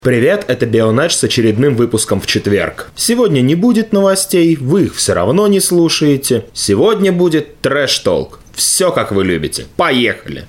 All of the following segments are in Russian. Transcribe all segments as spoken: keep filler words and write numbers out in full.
Привет, это Бионач с очередным выпуском в четверг. Сегодня не будет новостей, вы их все равно не слушаете. Сегодня будет трэш-толк. Все как вы любите. Поехали!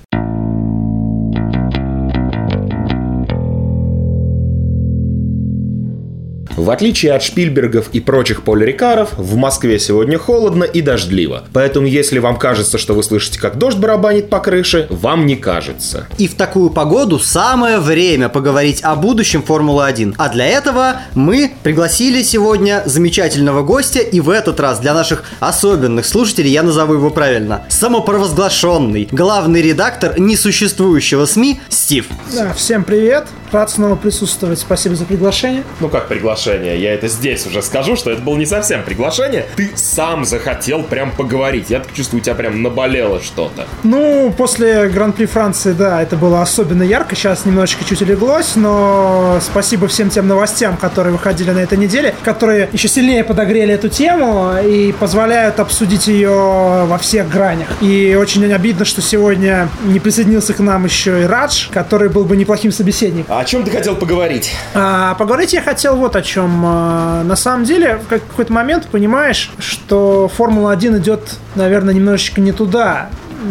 В отличие от Шпильбергов и прочих Поль Рикаров, в Москве сегодня холодно и дождливо. Поэтому если вам кажется, что вы слышите, как дождь барабанит по крыше, вам не кажется. И в такую погоду самое время поговорить о будущем Формулы один. А для этого мы пригласили сегодня замечательного гостя, и в этот раз для наших особенных слушателей я назову его правильно. Самопровозглашенный главный редактор несуществующего СМИ Стив. Да, всем привет. Рад снова присутствовать. Спасибо за приглашение. Ну как приглашение? Я это здесь уже скажу, что это было не совсем приглашение. Ты сам захотел прям поговорить. Я так чувствую, у тебя прям наболело что-то. Ну, после Гран-при Франции, да, это было особенно ярко. Сейчас немножечко чуть улеглось, но спасибо всем тем новостям, которые выходили на этой неделе, которые еще сильнее подогрели эту тему и позволяют обсудить ее во всех гранях. И очень обидно, что сегодня не присоединился к нам еще и Радж, который был бы неплохим собеседником. А о чем ты хотел поговорить? А, поговорить я хотел вот о чем. А, на самом деле, в какой-то момент понимаешь, что Формула один идет, наверное, немножечко не туда.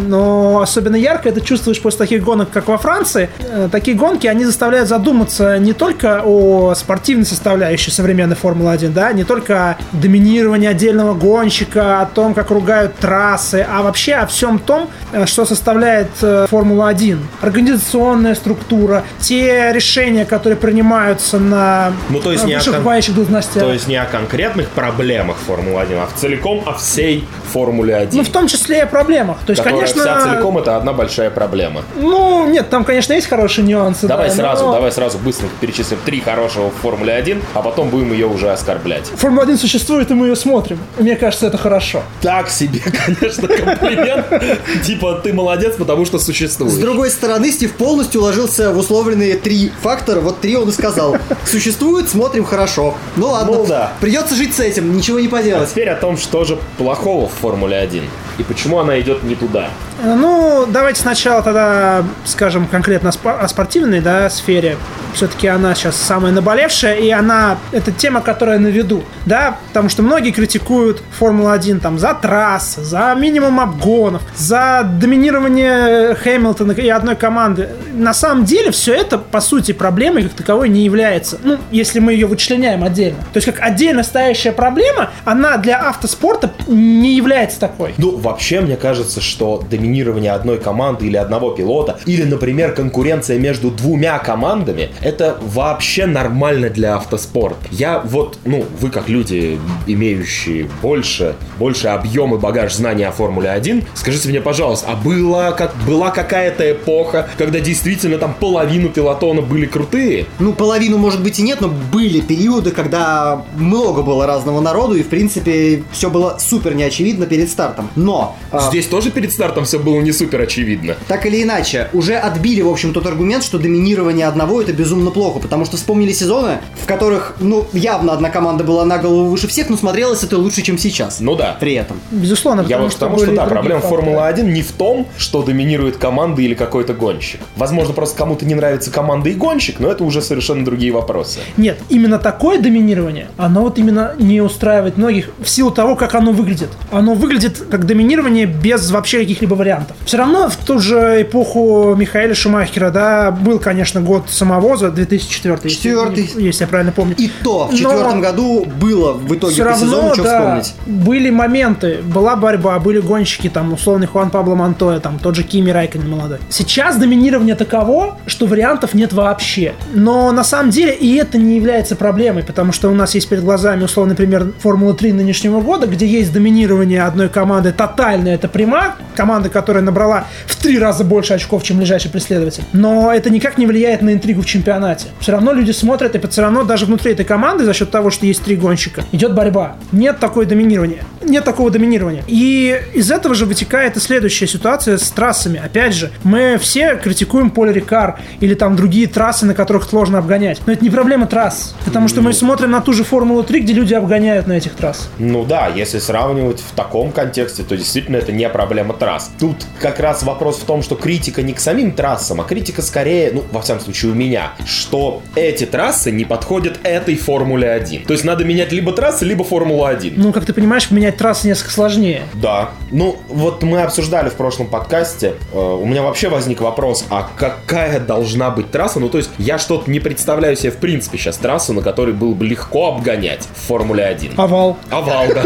Но особенно ярко это чувствуешь после таких гонок, как во Франции. Такие гонки, они заставляют задуматься не только о спортивной составляющей современной Формулы один, да, не только о доминировании отдельного гонщика, о том, как ругают трассы, а вообще о всем том, что составляет Формула один. Организационная структура, те решения, которые принимаются на ну, то есть высших кон... руководящих должностях. То есть не о конкретных проблемах Формулы один, а в целиком о всей Формуле один. Ну, в том числе и о проблемах. То есть, конечно, вся целиком это одна большая проблема. Ну, нет, там, конечно, есть хорошие нюансы. Давай да, сразу, но... давай сразу быстренько перечислим три хорошего в Формуле один, а потом будем ее уже оскорблять. Формула один существует, и мы ее смотрим. Мне кажется, это хорошо. Так себе, конечно, комплимент. Типа, ты молодец, потому что существует. С другой стороны, Стив полностью уложился в условленные три фактора. Вот три он и сказал. Существует, смотрим, хорошо. Ну ладно, ну, да. Придется жить с этим, ничего не поделать. А теперь о том, что же плохого в Формуле один и почему она идет не туда. Ну, давайте сначала тогда скажем конкретно о спортивной, да, сфере. Все-таки она сейчас самая наболевшая, и она, это тема, которая на виду, да, потому что многие критикуют Формулу один там за трассы, за минимум обгонов, за доминирование Хэмилтона и одной команды. На самом деле все это, по сути, проблемой как таковой не является, ну, если мы ее вычленяем отдельно. То есть, как отдельно стоящая проблема, она для автоспорта не является такой. Ну, вообще, мне кажется, что доминирование одной команды или одного пилота, или, например, конкуренция между двумя командами, это вообще нормально для автоспорта. Я вот, ну, вы как люди, имеющие больше, больше объем и багаж знаний о Формуле один, скажите мне, пожалуйста, а была, как, была какая-то эпоха, когда действительно там половину пилотона были крутые? Ну, половину, может быть, и нет, но были периоды, когда много было разного народу, и, в принципе, все было супер неочевидно перед стартом. Но... Здесь а... тоже перед стартом все было не супер очевидно. Так или иначе, уже отбили, в общем, тот аргумент, что доминирование одного — это безумно плохо, потому что вспомнили сезоны, в которых, ну, явно одна команда была на голову выше всех, но смотрелось это лучше, чем сейчас. Ну да. При этом. Безусловно, Я вот потому, что, что да, проблема Формулы один не в том, что доминирует команда или какой-то гонщик. Возможно, просто кому-то не нравится команда и гонщик, но это уже совершенно другие вопросы. Нет, именно такое доминирование, оно вот именно не устраивает многих в силу того, как оно выглядит. Оно выглядит как доминирование без вообще каких-либо вариантов. Все равно в ту же эпоху Михаэля Шумахера, да, был, конечно, год самовоза, две тысячи четвёртый, Четвертый. Если, если я правильно помню. И то в четвертом году было в итоге все по равно, сезону, что да, вспомнить. Были моменты, была борьба, были гонщики, там, условный Хуан Пабло Монтоя, там, тот же Кими Райконен молодой. Сейчас доминирование таково, что вариантов нет вообще. Но на самом деле и это не является проблемой, потому что у нас есть перед глазами условный пример Формулы три нынешнего года, где есть доминирование одной команды тотальное, это Према, команда, которая набрала в три раза больше очков, чем ближайший преследователь. Но это никак не влияет на интригу в чемпионате. Все равно люди смотрят, и все равно даже внутри этой команды, за счет того, что есть три гонщика, идет борьба. Нет такого доминирования. Нет такого доминирования. И из этого же вытекает и следующая ситуация с трассами. Опять же, мы все критикуем Поль Рикар или там другие трассы, на которых сложно обгонять. Но это не проблема трасс. Потому что мы смотрим на ту же Формулу три, где люди обгоняют на этих трассах. Ну да, если сравнивать в таком контексте, то действительно это не проблема трасс. тут как раз вопрос в том, что критика не к самим трассам, а критика скорее, ну, во всяком случае у меня, что эти трассы не подходят этой Формуле один. То есть надо менять либо трассы, либо Формулу один. Ну, как ты понимаешь, менять трассы несколько сложнее. Да. Ну, вот мы обсуждали в прошлом подкасте, э, у меня вообще возник вопрос, а какая должна быть трасса? Ну, то есть я что-то не представляю себе в принципе сейчас трассу, на которой было бы легко обгонять в Формуле один. Овал. Овал, да.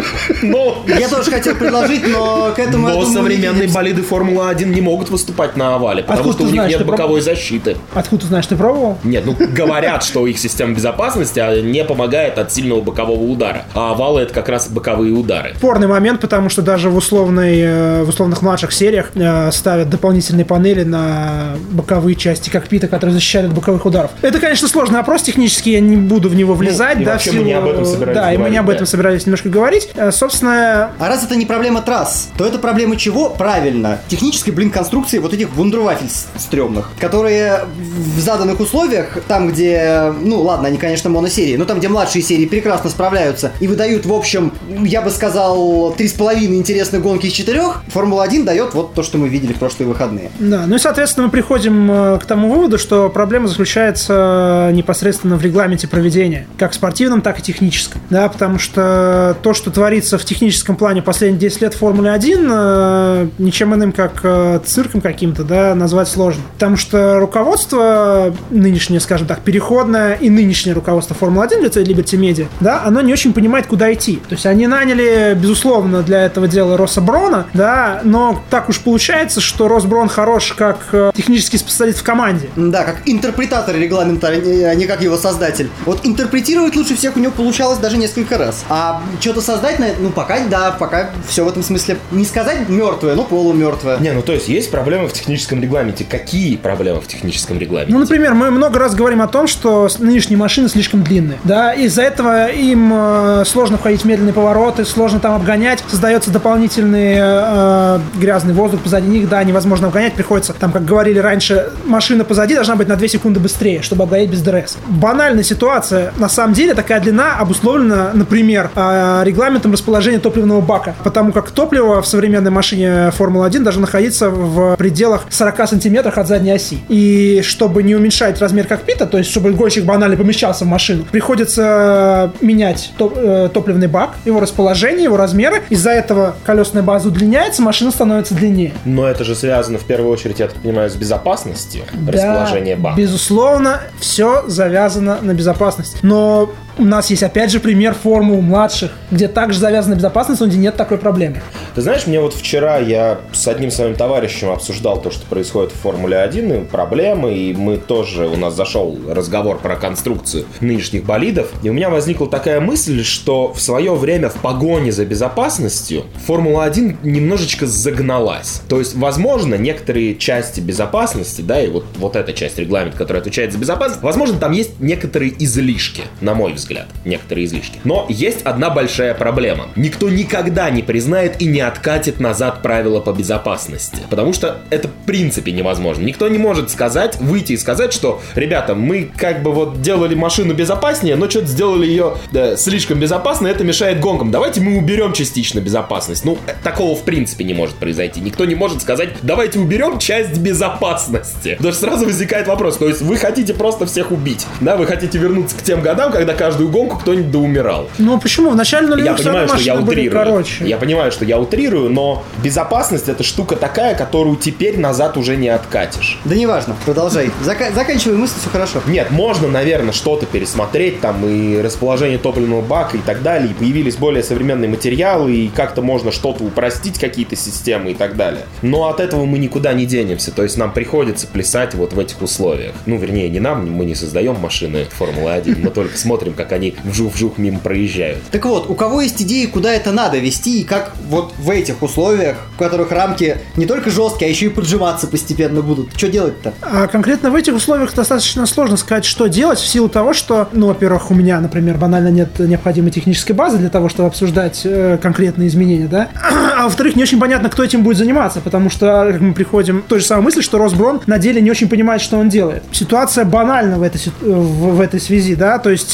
Я тоже хотел предложить, но к этому, я Но думаю, современные не- болиды Формулы один не могут выступать на овале, потому Откуда что ты у них знаешь, нет ты проб- боковой защиты. Откуда ты знаешь, ты пробовал? Нет, ну говорят, что их система безопасности не помогает от сильного бокового удара. А овалы — это как раз боковые удары. Спорный момент, потому что даже в, условной, э, в условных младших сериях э, ставят дополнительные панели на боковые части кокпита, которые защищают от боковых ударов. Это, конечно, сложный вопрос технически, я не буду в него влезать. и да, вообще в мы силу- не об этом собирались Да, и мы не говорить, об этом да. собирались немножко говорить. Э, собственно, А раз это не проблема трасс, то это проблема чего? Правильно. Технической, блин, конструкции вот этих вундервафель стрёмных, которые в заданных условиях, там, где, ну ладно, они, конечно, моносерии, но там, где младшие серии прекрасно справляются и выдают, в общем, я бы сказал, три с половиной интересных гонки из четырех, Формула один дает вот то, что мы видели в прошлые выходные. да, ну и, соответственно, мы приходим э, к тому выводу, что проблема заключается непосредственно в регламенте проведения, как спортивном, так и техническом, да, потому что то, что творится в техническом плане последние десять лет в Формуле один, э, ничем иным, как э, цирком каким-то, да, назвать сложно, потому что руководство нынешнее, скажем так, переходное и нынешнее руководство Формулы один, лицо Liberty Media, да, оно не очень понимает, куда идти, то есть они наняли, безусловно, для этого дела Росса Брона, да, но так уж получается, что Росс Брон хорош как э, технический специалист в команде. Да, как интерпретатор регламента, а не- а не как его создатель. Вот интерпретировать лучше всех у него получалось даже несколько раз. А что-то создать, на- ну пока, да, пока все в этом смысле, не сказать мертвое, но полумертвое. Не, ну то есть есть проблемы в техническом регламенте. Какие проблемы в техническом регламенте? Ну, например, мы много раз говорим о том, что с- нынешние машины слишком длинные, да, из-за этого им э, сложно входить в медленные повороты, сложно там обгонять, создается дополнительный э, грязный воздух позади них, да, невозможно обгонять, приходится, там, как говорили раньше, машина позади должна быть на две секунды быстрее, чтобы обгонять без ДРС. Банальная ситуация, на самом деле, такая длина обусловлена, например, э, регламентом расположения топливного бака, потому как топливо в современной машине Формулы один должно находиться в пределах сорок сантиметров от задней оси. И чтобы не уменьшать размер кокпита, то есть чтобы гонщик банально помещался в машину, приходится менять топ- э, топливный бак, его расположение, его размеры. Из-за этого колесная база удлиняется, машина становится длиннее. Но это же связано в первую очередь, я так понимаю, с безопасностью расположения Да, бака. безусловно, все завязано на безопасности. Но у нас есть опять же пример формул младших, где также завязана безопасность, но где нет такой проблемы. Ты знаешь, мне вот вчера я с одним своим товарищем обсуждал то, что происходит в Формуле один, и проблемы, и мы тоже, у нас зашел разговор про конструкцию нынешних болидов, и у меня возникла такая мысль, что в свое время в погоне за безопасностью Формула один немножечко загналась. То есть, возможно, некоторые части безопасности, да, и вот, вот эта часть регламента, которая отвечает за безопасность, возможно, там есть некоторые излишки, на мой взгляд, некоторые излишки. Но есть одна большая проблема. Никто никогда не признает и не откатит назад правила по безопасности. Потому что это в принципе невозможно. Никто не может сказать, выйти и сказать, что, ребята, мы как бы вот делали машину безопаснее, но что-то сделали ее да, слишком безопасной, это мешает гонкам. Давайте мы уберем частично безопасность. Ну, такого в принципе не может произойти. Никто не может сказать, давайте уберем часть безопасности. Потому что сразу возникает вопрос, то есть вы хотите просто всех убить, да, вы хотите вернуться к тем годам, когда каждую гонку кто-нибудь доумирал. Ну почему? В начале Я нулевых все равно понимаю, что я машины были утрирую. короче. Я понимаю, что я утрирую, но безопасность — это штука такая, которую теперь назад уже не откатишь. Да неважно, продолжай. Зака- заканчивай мысль, все хорошо. Нет, можно, наверное, что-то пересмотреть, там и расположение топливного бака и так далее, и появились более современные материалы, и как-то можно что-то упростить, какие-то системы и так далее. Но от этого мы никуда не денемся, то есть нам приходится плясать вот в этих условиях. Ну, вернее, не нам, мы не создаем машины Формулы один, мы только смотрим, как они вжух-вжух мимо проезжают. Так вот, у кого есть идеи, куда это надо вести и как вот в этих условиях, в которых рамки не только жесткие, а еще и поджиматься постепенно будут, что делать-то? А конкретно в этих условиях достаточно сложно сказать, что делать, в силу того, что, ну, во-первых, у меня, например, банально нет необходимой технической базы для того, чтобы обсуждать э, конкретные изменения, да, а во-вторых, не очень понятно, кто этим будет заниматься, потому что как мы приходим к той же самой мысли, что Росс Брон на деле не очень понимает, что он делает. Ситуация банальна в этой, сит- в, в этой связи, да, то есть э,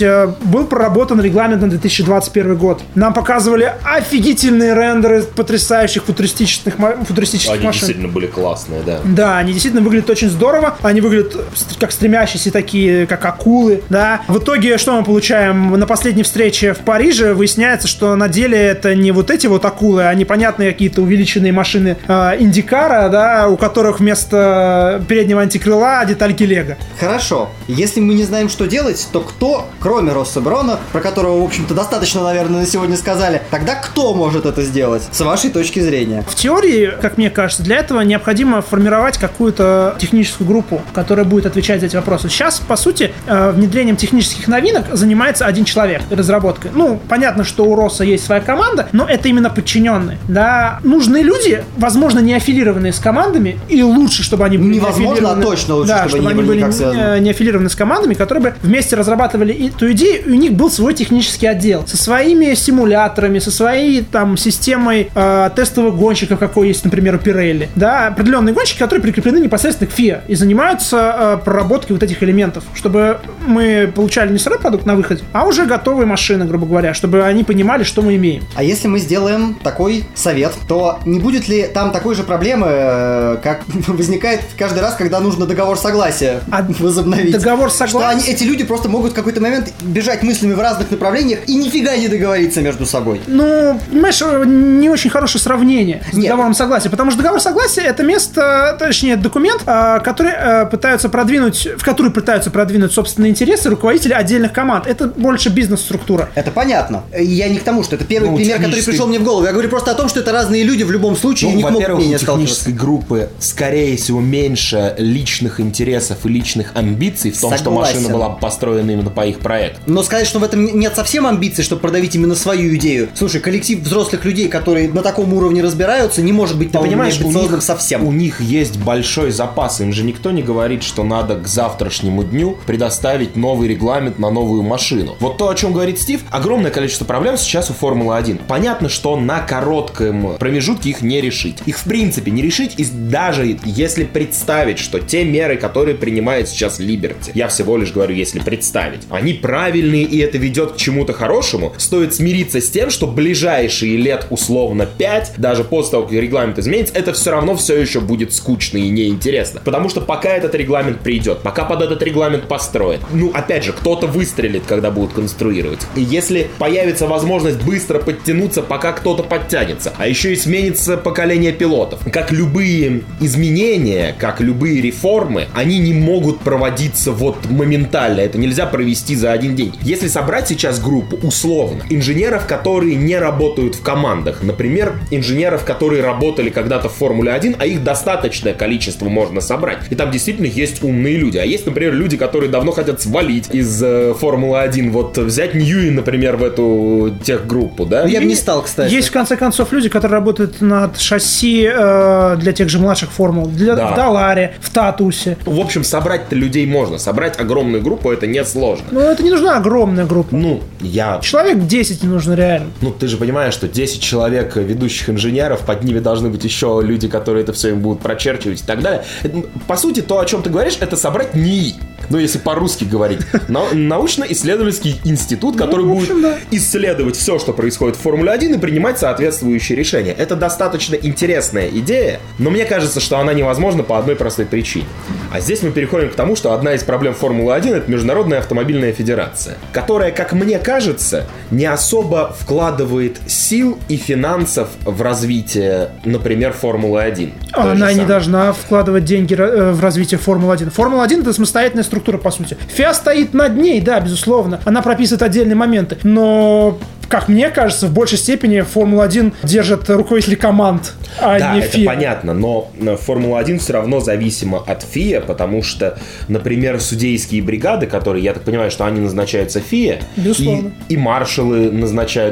был проработан регламент на две тысячи двадцать первый год. Нам показывали офигительные рендеры потрясающих футуристических, футуристических они машин. Они действительно были классные, да. Да, они действительно выглядят очень здорово. Они выглядят как стремящиеся такие, как акулы, да. В итоге, что мы получаем? На последней встрече в Париже выясняется, что на деле это не вот эти вот акулы, а непонятные какие-то увеличенные машины э, Индикара, да, у которых вместо переднего антикрыла детальки Лего. Хорошо. Если мы не знаем, что делать, то кто, кроме Росса Брона, про которого, в общем-то, достаточно, наверное, на сегодня сказали, тогда кто может это сделать, с вашей точки зрения? В теории, как мне кажется, для этого необходимо формировать какую-то техническую группу, которая будет отвечать за эти вопросы. Сейчас, по сути, внедрением технических новинок занимается один человек разработкой. Ну, понятно, что у Росса есть своя команда, но это именно подчиненные. Да, нужны люди, возможно, не аффилированные с командами, и лучше, чтобы они были невозможно, не аффилированы. А точно лучше, да, чтобы, чтобы они, они были были не, не аффилированы с командами, которые бы вместе разрабатывали эту идею, и у них был свой технический отдел со своими симуляторами, со своей там системой э, тестовых гонщиков, какой есть, например, у Pirelli. Да, определенные гонщики, которые прикреплены непосредственно к эф ай эй и занимаются э, проработкой вот этих элементов, чтобы мы получали не сырой продукт на выходе, а уже готовые машины, грубо говоря, чтобы они понимали, что мы имеем. А если мы сделаем такой совет, то не будет ли там такой же проблемы, э, как возникает каждый раз, когда нужно договор согласия а возобновить? Договор согласия? Что они, эти люди просто могут в какой-то момент бежать мыслями в разных направлениях и нифига не договориться между собой. Ну, понимаешь, не очень хорошее сравнение с Нет. договором согласия, потому что договор согласия — это место, точнее, документ, который пытаются продвинуть, в который пытаются продвинуть собственные интересы руководители отдельных команд. Это больше бизнес-структура. Это понятно. Я не к тому, что это первый Ну, пример, который технической- пришел мне в голову. Я говорю просто о том, что это разные люди в любом случае, Ну, и не могут во-первых, мнения у технической сталкиваться. группы, скорее всего, меньше личных интересов и личных амбиций в том, Согласен. что машина была построена именно по их проекту. Но сказать, что в этом нет совсем амбиций, чтобы продавить именно свою идею. Слушай, коллектив взрослых людей, которые на таком уровне разбираются, не может быть, Ты по-моему, понимаешь, у амбициозным них, совсем. у них есть большой запас. Им же никто не говорит, что надо к завтрашнему дню предоставить новый регламент на новую машину. Вот то, о чем говорит Стив, огромное количество проблем сейчас у Формулы один. Понятно, что на коротком промежутке их не решить. Их в принципе не решить, и даже если представить, что те меры, которые принимает сейчас Liberty, я всего лишь говорю, если представить, они правильные и это ведет к чему-то хорошему, стоит смириться с тем, что ближайшие лет условно пять, даже после того, как регламент изменится, это все равно все еще будет скучно и неинтересно. Потому что пока этот регламент придет, пока под этот регламент построят, ну, опять же, кто-то выстрелит, когда будут конструировать. И если появится возможность быстро подтянуться, пока кто-то подтянется, а еще и сменится поколение пилотов. Как любые изменения, как любые реформы, они не могут проводиться вот моментально. Это нельзя провести за один день. Если собрать сейчас группу, условно, инженеров, которые не работают в командах, например, инженеров, которые работали когда-то в Формуле один, а их достаточное количество можно собрать. И там действительно есть умные люди. А есть, например, люди, которые давно хотят свалить из э, Формулы один. Вот взять Ньюи, например, в эту техгруппу, да? Я бы не стал, кстати. Есть, в конце концов, люди, которые работают над шасси э, для тех же младших формул. Для, Да. В Даларе, в Татусе. В общем, собрать-то людей можно. Собрать огромную группу — это несложно. Но это не нужна огромная группа. Ну, я... Человек десять не нужно реально. Ну, ты же понимаешь, что десять человек ведущих инженеров, под ними должны быть еще люди, которые это все им будут прочерчивать и так далее. Это, по сути, то, о чем ты говоришь, это собрать НИИ. Ну, если по-русски говорить. Нау- научно-исследовательский институт, который в общем, будет да. исследовать все, что происходит в Формуле один и принимать соответствующие решения. Это достаточно интересная идея, но мне кажется, что она невозможна по одной простой причине. А здесь мы переходим к тому, что одна из проблем Формулы один — это Международная автомобильная федерация, которая, как мне кажется, не особо вкладывает сил и финансов в развитие, например, Формулы один. Той же Она не самой. должна вкладывать деньги э, в развитие Формулы один. Формула один — это самостоятельная структура, по сути. эф ай эй стоит над ней, да, безусловно. Она прописывает отдельные моменты. Но, как мне кажется, в большей степени Формулу один держат руководители команд, а Да, не это эф ай эй. понятно, но Формула один все равно зависима от эф и эй, потому что, например, судейские бригады, которые, я так понимаю, что они назначаются эф и эй, Безусловно. и, и маршалы назначают, ну,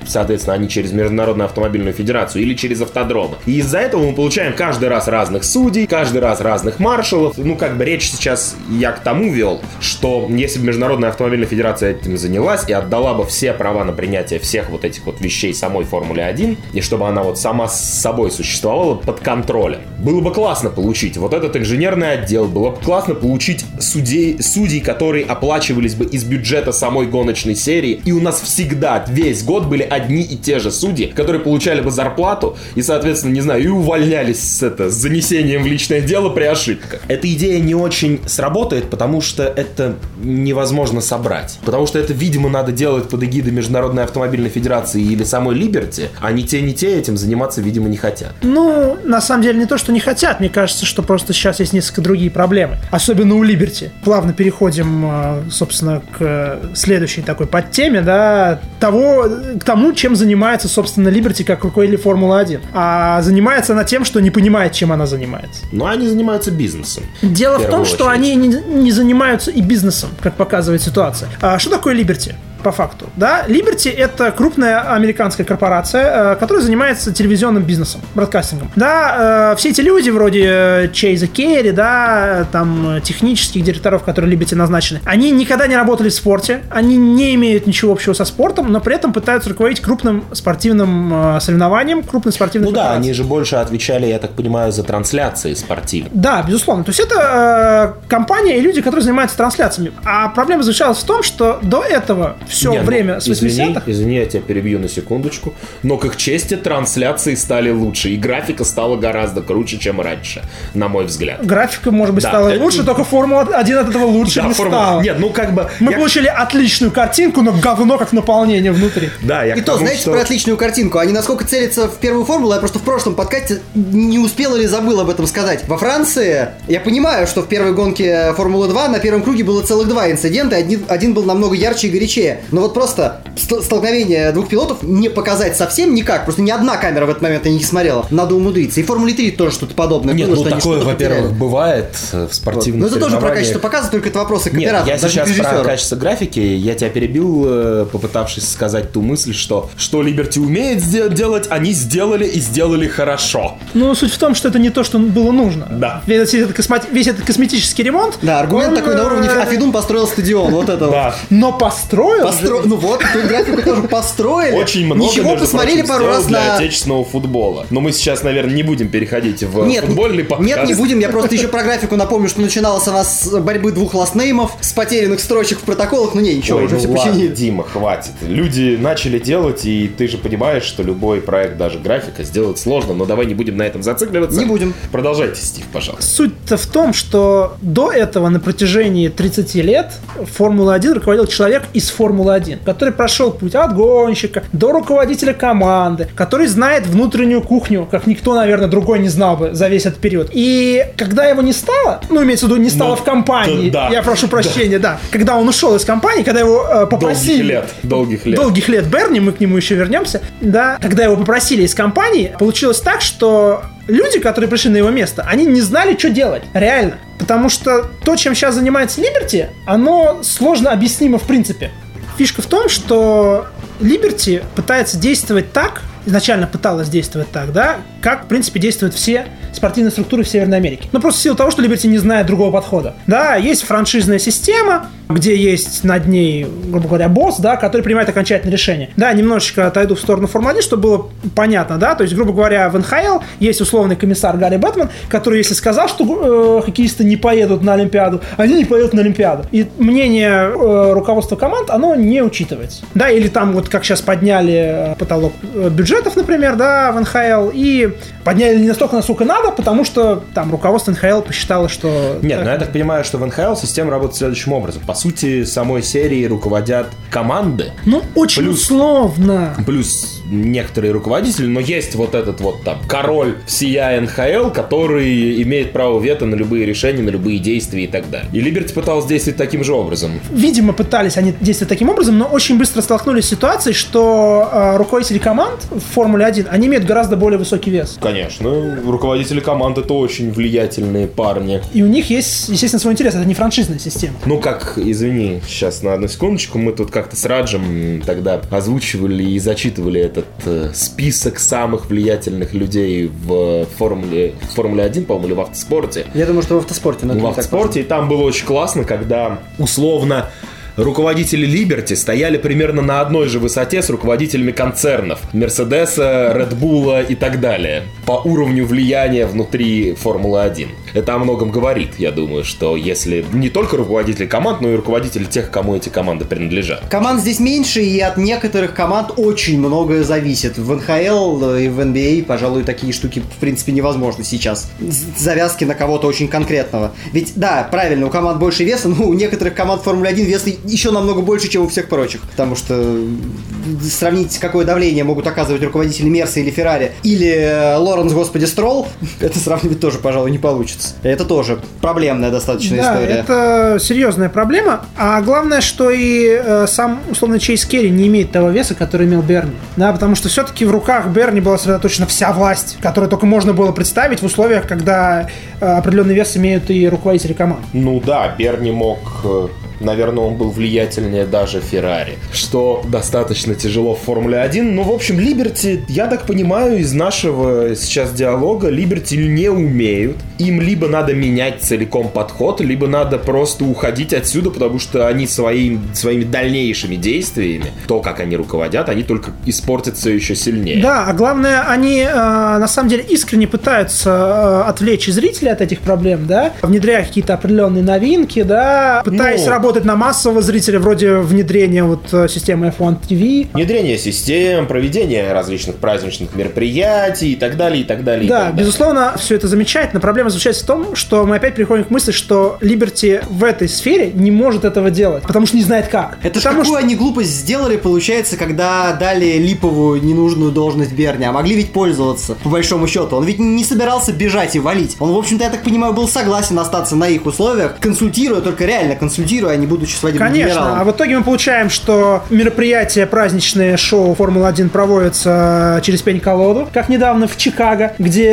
соответственно, они через Международную автомобильную федерацию или через автодромы. И из-за этого мы получаем каждый раз разных судей, каждый раз разных маршалов. Ну, как бы речь сейчас я к тому вел, что если бы Международная автомобильная федерация этим занялась и отдала бы все права на принятие всех вот этих вот вещей самой Формуле один, и чтобы она вот сама с собой существовала под контролем, было бы классно получить вот этот инженерный отдел, было бы классно получить судей, судей, которые оплачивались бы из бюджета самой гоночной серии, и у нас всегда весь год были одни и те же судьи, которые получали бы зарплату и, соответственно, не знаю, и увольнялись с, это, с занесением в личное дело при ошибках. Эта идея не очень сработает, потому что это невозможно собрать. Потому что это, видимо, надо делать под эгидой Международной автомобильной федерации или самой Liberty, а ни те, ни те этим заниматься, видимо, не хотят. Ну, на самом деле, не то, что не хотят. Мне кажется, что просто сейчас есть несколько другие проблемы. Особенно у Liberty. Плавно переходим, собственно, к следующей такой подтеме, да, того, к тому, чем занимается, собственно, Liberty как руководитель Формулы один. А занимается она тем, что не понимает, чем она занимается. Но они занимаются бизнесом. Дело в, в том, очередь. что они не, не занимаются и бизнесом, как показывает ситуация. А что такое Liberty? По факту, да, Liberty — это крупная американская корпорация, э, которая занимается телевизионным бизнесом, бродкастингом. Да, э, все эти люди вроде Чейза Керри, да, там технических директоров, которые Liberty назначены, они никогда не работали в спорте, они не имеют ничего общего со спортом, но при этом пытаются руководить крупным спортивным э, соревнованием, крупной спортивной Ну корпорацией. Да, они же больше отвечали, я так понимаю, за трансляции спортивные. Да, безусловно. То есть это э, компания и люди, которые занимаются трансляциями. А проблема заключалась в том, что до этого все Не, время ну, с восьмидесятых. Извини, извини, я тебя перебью на секундочку. Но к их чести трансляции стали лучше. И графика стала гораздо круче, чем раньше, на мой взгляд. Графика, может быть, да, стала это... лучше, только Формула один от этого лучше да, не формула... стала. Нет, ну как бы... Мы я... получили отличную картинку, но говно как наполнение внутри. Да, я И то, знаете, что... про отличную картинку. Они насколько целятся в первую формулу, я просто в прошлом подкасте не успел или забыл об этом сказать. Во Франции, я понимаю, что в первой гонке Формулы два на первом круге было целых два инцидента, один, один был намного ярче и горячее. Но вот просто столкновение двух пилотов не показать совсем никак. Просто ни одна камера в этот момент не смотрела. Надо умудриться. И в Формуле три тоже что-то подобное Нет, было. ну что такое, во-первых, бывает в спортивных вот. Но это тоже про соревнованиях. качество показа, только это вопросы к Нет, оператору. я сейчас про качество графики. Я тебя перебил, попытавшись сказать ту мысль, что что Liberty умеет делать, они сделали и сделали хорошо. Ну, суть в том, что это не то, что было нужно. Да. Весь этот, космо... Весь этот косметический ремонт. Да, аргумент он... такой на уровне Афидун построил стадион. Вот это да. Но построил? Постро... Ну вот, эту графику тоже построили. Очень много, Ничего, между посмотрели прочим, пару раз для на... отечественного футбола. Но мы сейчас, наверное, не будем переходить в нет, футбольный подкаст. Нет, не будем. Я просто еще про графику напомню, что начиналась она с борьбы двух ластнеймов, с потерянных строчек в протоколах. Ну не, ничего, Ой, уже ну все ладно, починили. Дима, хватит. Люди начали делать, и ты же понимаешь, что любой проект, даже графика, сделать сложно. Но давай не будем на этом зацикливаться. Не будем. Продолжайте, Стив, пожалуйста. Суть-то в том, что до этого на протяжении тридцати лет Формулы один руководил человек из Формулы один, который прошел путь от гонщика до руководителя команды, который знает внутреннюю кухню, как никто, наверное, другой не знал бы за весь этот период. И когда его не стало, ну, имеется в виду, не стало ну, в компании, да, я прошу прощения, да. да, когда он ушел из компании, когда его э, попросили... Долгих лет, долгих лет. Долгих лет Берни, мы к нему еще вернемся, да, когда его попросили из компании, получилось так, что люди, которые пришли на его место, они не знали, что делать, реально. Потому что то, чем сейчас занимается Liberty, оно сложно объяснимо в принципе. Фишка в том, что Liberty пытается действовать так, изначально пыталась действовать так, да, как, в принципе, действуют все спортивные структуры в Северной Америке. Но просто в силу того, что Liberty не знает другого подхода. Да, есть франшизная система, где есть над ней, грубо говоря, босс, да, который принимает окончательное решение. Да, немножечко отойду в сторону Формулы один, чтобы было понятно, да, то есть, грубо говоря, в эн ха эл есть условный комиссар Гарри Бэтмен, который, если сказал, что э, хоккеисты не поедут на Олимпиаду, они не поедут на Олимпиаду. И мнение э, руководства команд, оно не учитывается. Да, или там вот как сейчас подняли потолок бюджетов, например, да, в эн ха эл, и подняли не настолько, насколько надо, потому что там руководство эн ха эл посчитало, что... Нет, так... ну я так понимаю, что в эн ха эл система работает следующим образом. По сути, самой серии руководят команды. Ну, очень плюс, условно. Плюс некоторые руководители, но есть вот этот вот там король всея эн ха эл, который имеет право вето на любые решения, на любые действия и так далее. И Liberty пытался действовать таким же образом. Видимо, пытались они действовать таким образом, но очень быстро столкнулись с ситуацией, что э, руководители команд в Формуле один, они имеют гораздо более высокий вес. Конечно. Руководитель руководители команд — это очень влиятельные парни. И у них есть, естественно, свой интерес. Это не франшизная система. Ну, как, извини, сейчас на одну секундочку, мы тут как-то с Раджем тогда озвучивали и зачитывали этот э, список самых влиятельных людей в Формуле, в Формуле один, по-моему, или в автоспорте. Я думаю, что в автоспорте. В автоспорте, и там было очень классно, когда условно руководители Liberty стояли примерно на одной же высоте с руководителями концернов Мерседеса, Редбула и так далее по уровню влияния внутри Формулы один. Это о многом говорит, я думаю, что если не только руководители команд, но и руководители тех, кому эти команды принадлежат. Команд здесь меньше, и от некоторых команд очень многое зависит. В эн ха эл и в эн би эй, пожалуй, такие штуки в принципе невозможны сейчас. Завязки на кого-то очень конкретного. Ведь, да, правильно, у команд больше веса, но у некоторых команд Формулы один вес еще намного больше, чем у всех прочих. Потому что сравнить, какое давление могут оказывать руководители Мерса или Феррари, или Лоренс, господи, Стролл, это сравнивать тоже, пожалуй, не получится. Это тоже проблемная достаточно да, история. Это серьезная проблема. А главное, что и э, сам, условно, Чейз Керри не имеет того веса, который имел Берни. Да, потому что все-таки в руках Берни была сосредоточена вся власть, которую только можно было представить в условиях, когда э, определенный вес имеют и руководители команд. Ну да, Берни мог... Наверное, он был влиятельнее даже Феррари, что достаточно тяжело в Формуле один. Ну, в общем, Liberty, я так понимаю, из нашего сейчас диалога, Liberty не умеют. Им либо надо менять целиком подход, либо надо просто уходить отсюда, потому что они своим, своими дальнейшими действиями, то, как они руководят, они только испортятся еще сильнее. Да, а главное, они э, на самом деле искренне пытаются э, отвлечь зрителей от этих проблем, да, внедряя какие-то определенные новинки, да, пытаясь ну... работать на массового зрителя, вроде внедрения вот системы эф один ти ви. Внедрение систем, проведение различных праздничных мероприятий и так далее, и так далее. Да, и так далее. Безусловно, все это замечательно. Проблема заключается в том, что мы опять приходим к мысли, что Liberty в этой сфере не может этого делать, потому что не знает как. Это потому какую что... они глупость сделали, получается, когда дали липовую ненужную должность Берни, а могли ведь пользоваться, по большому счету. Он ведь не собирался бежать и валить. Он, в общем-то, я так понимаю, был согласен остаться на их условиях, консультируя, только реально консультируя, а не будучи свадебным Конечно, генералом. А в итоге мы получаем, что мероприятия, праздничные шоу Формулы один проводятся через пень-колоду, как недавно в Чикаго,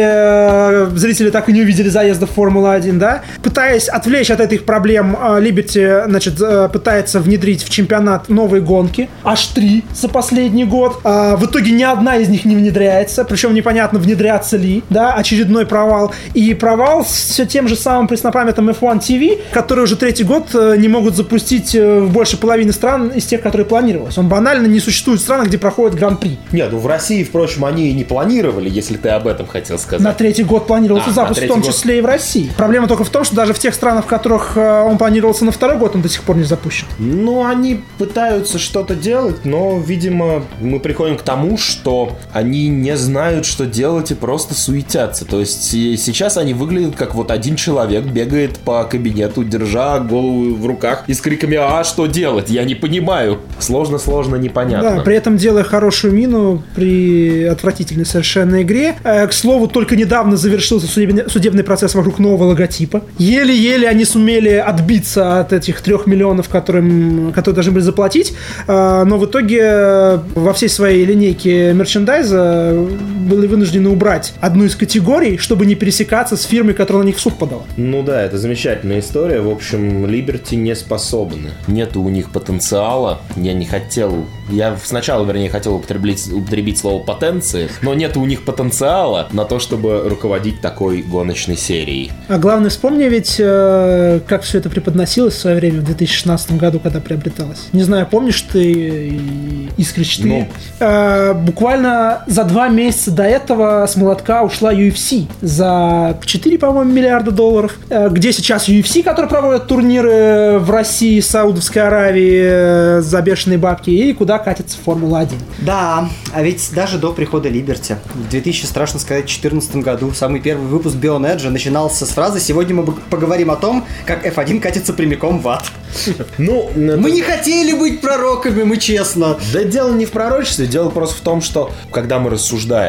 где зрители так и не увидели заезда в Формулу один, да. Пытаясь отвлечь от этих проблем, Liberty, значит, пытается внедрить в чемпионат новые гонки, аж три за последний год. В итоге ни одна из них не внедряется, причем непонятно, внедрятся ли, да, очередной провал. И провал с все тем же самым преснопамятным эф один ти ви, который уже третий год не могут запустить в больше половины стран из тех, которые планировалось. Он банально не существует в странах, где проходит Гран-при. Нет, ну в России, впрочем, они и не планировали, если ты об этом хотел сказать. На третий год планировался а, запуск, в том числе год. И в России. Проблема только в том, что даже в тех странах, в которых он планировался на второй год, он до сих пор не запущен. Ну, они пытаются что-то делать, но, видимо, мы приходим к тому, что они не знают, что делать, и просто суетятся. То есть сейчас они выглядят как вот один человек бегает по кабинету, держа голову в руках и с криками: а что делать? Я не понимаю. Сложно-сложно, непонятно. Да, при этом делая хорошую мину при отвратительной совершенно игре. Э, к слову, только недавно завершился судебный, судебный процесс вокруг нового логотипа. Еле-еле они сумели отбиться от этих трех миллионов, которым, которые должны были заплатить. Э, но в итоге во всей своей линейке мерчендайза были вынуждены убрать одну из категорий, чтобы не пересекаться с фирмой, которая на них в суд подала. Ну да, это замечательная история. В общем, Liberty не способны. Нету у них потенциала. Я не хотел... Я сначала, вернее, хотел употребить, употребить слово потенции, но нет у них потенциала на то, чтобы руководить такой гоночной серией. А главное, вспомни ведь, э, как все это преподносилось в свое время, в две тысячи шестнадцатом году, когда приобреталось. Не знаю, помнишь ты, Искрич, ты? Ну. Э, буквально за два месяца до этого с молотка ушла ю эф си за четыре, по-моему, миллиарда долларов. Э, где сейчас ю эф си, который проводит турниры в России, Саудовской Аравии э, за бешеные бабки, и куда катится Формула один. Да, а ведь даже до прихода Liberty в две тысячи, страшно сказать, четырнадцатом году самый первый выпуск Beyond Edge начинался с фразы: «Сегодня мы поговорим о том, как эф один катится прямиком в ад». Ну, мы не хотели быть пророками, мы честно. Да дело не в пророчестве, дело просто в том, что когда мы рассуждаем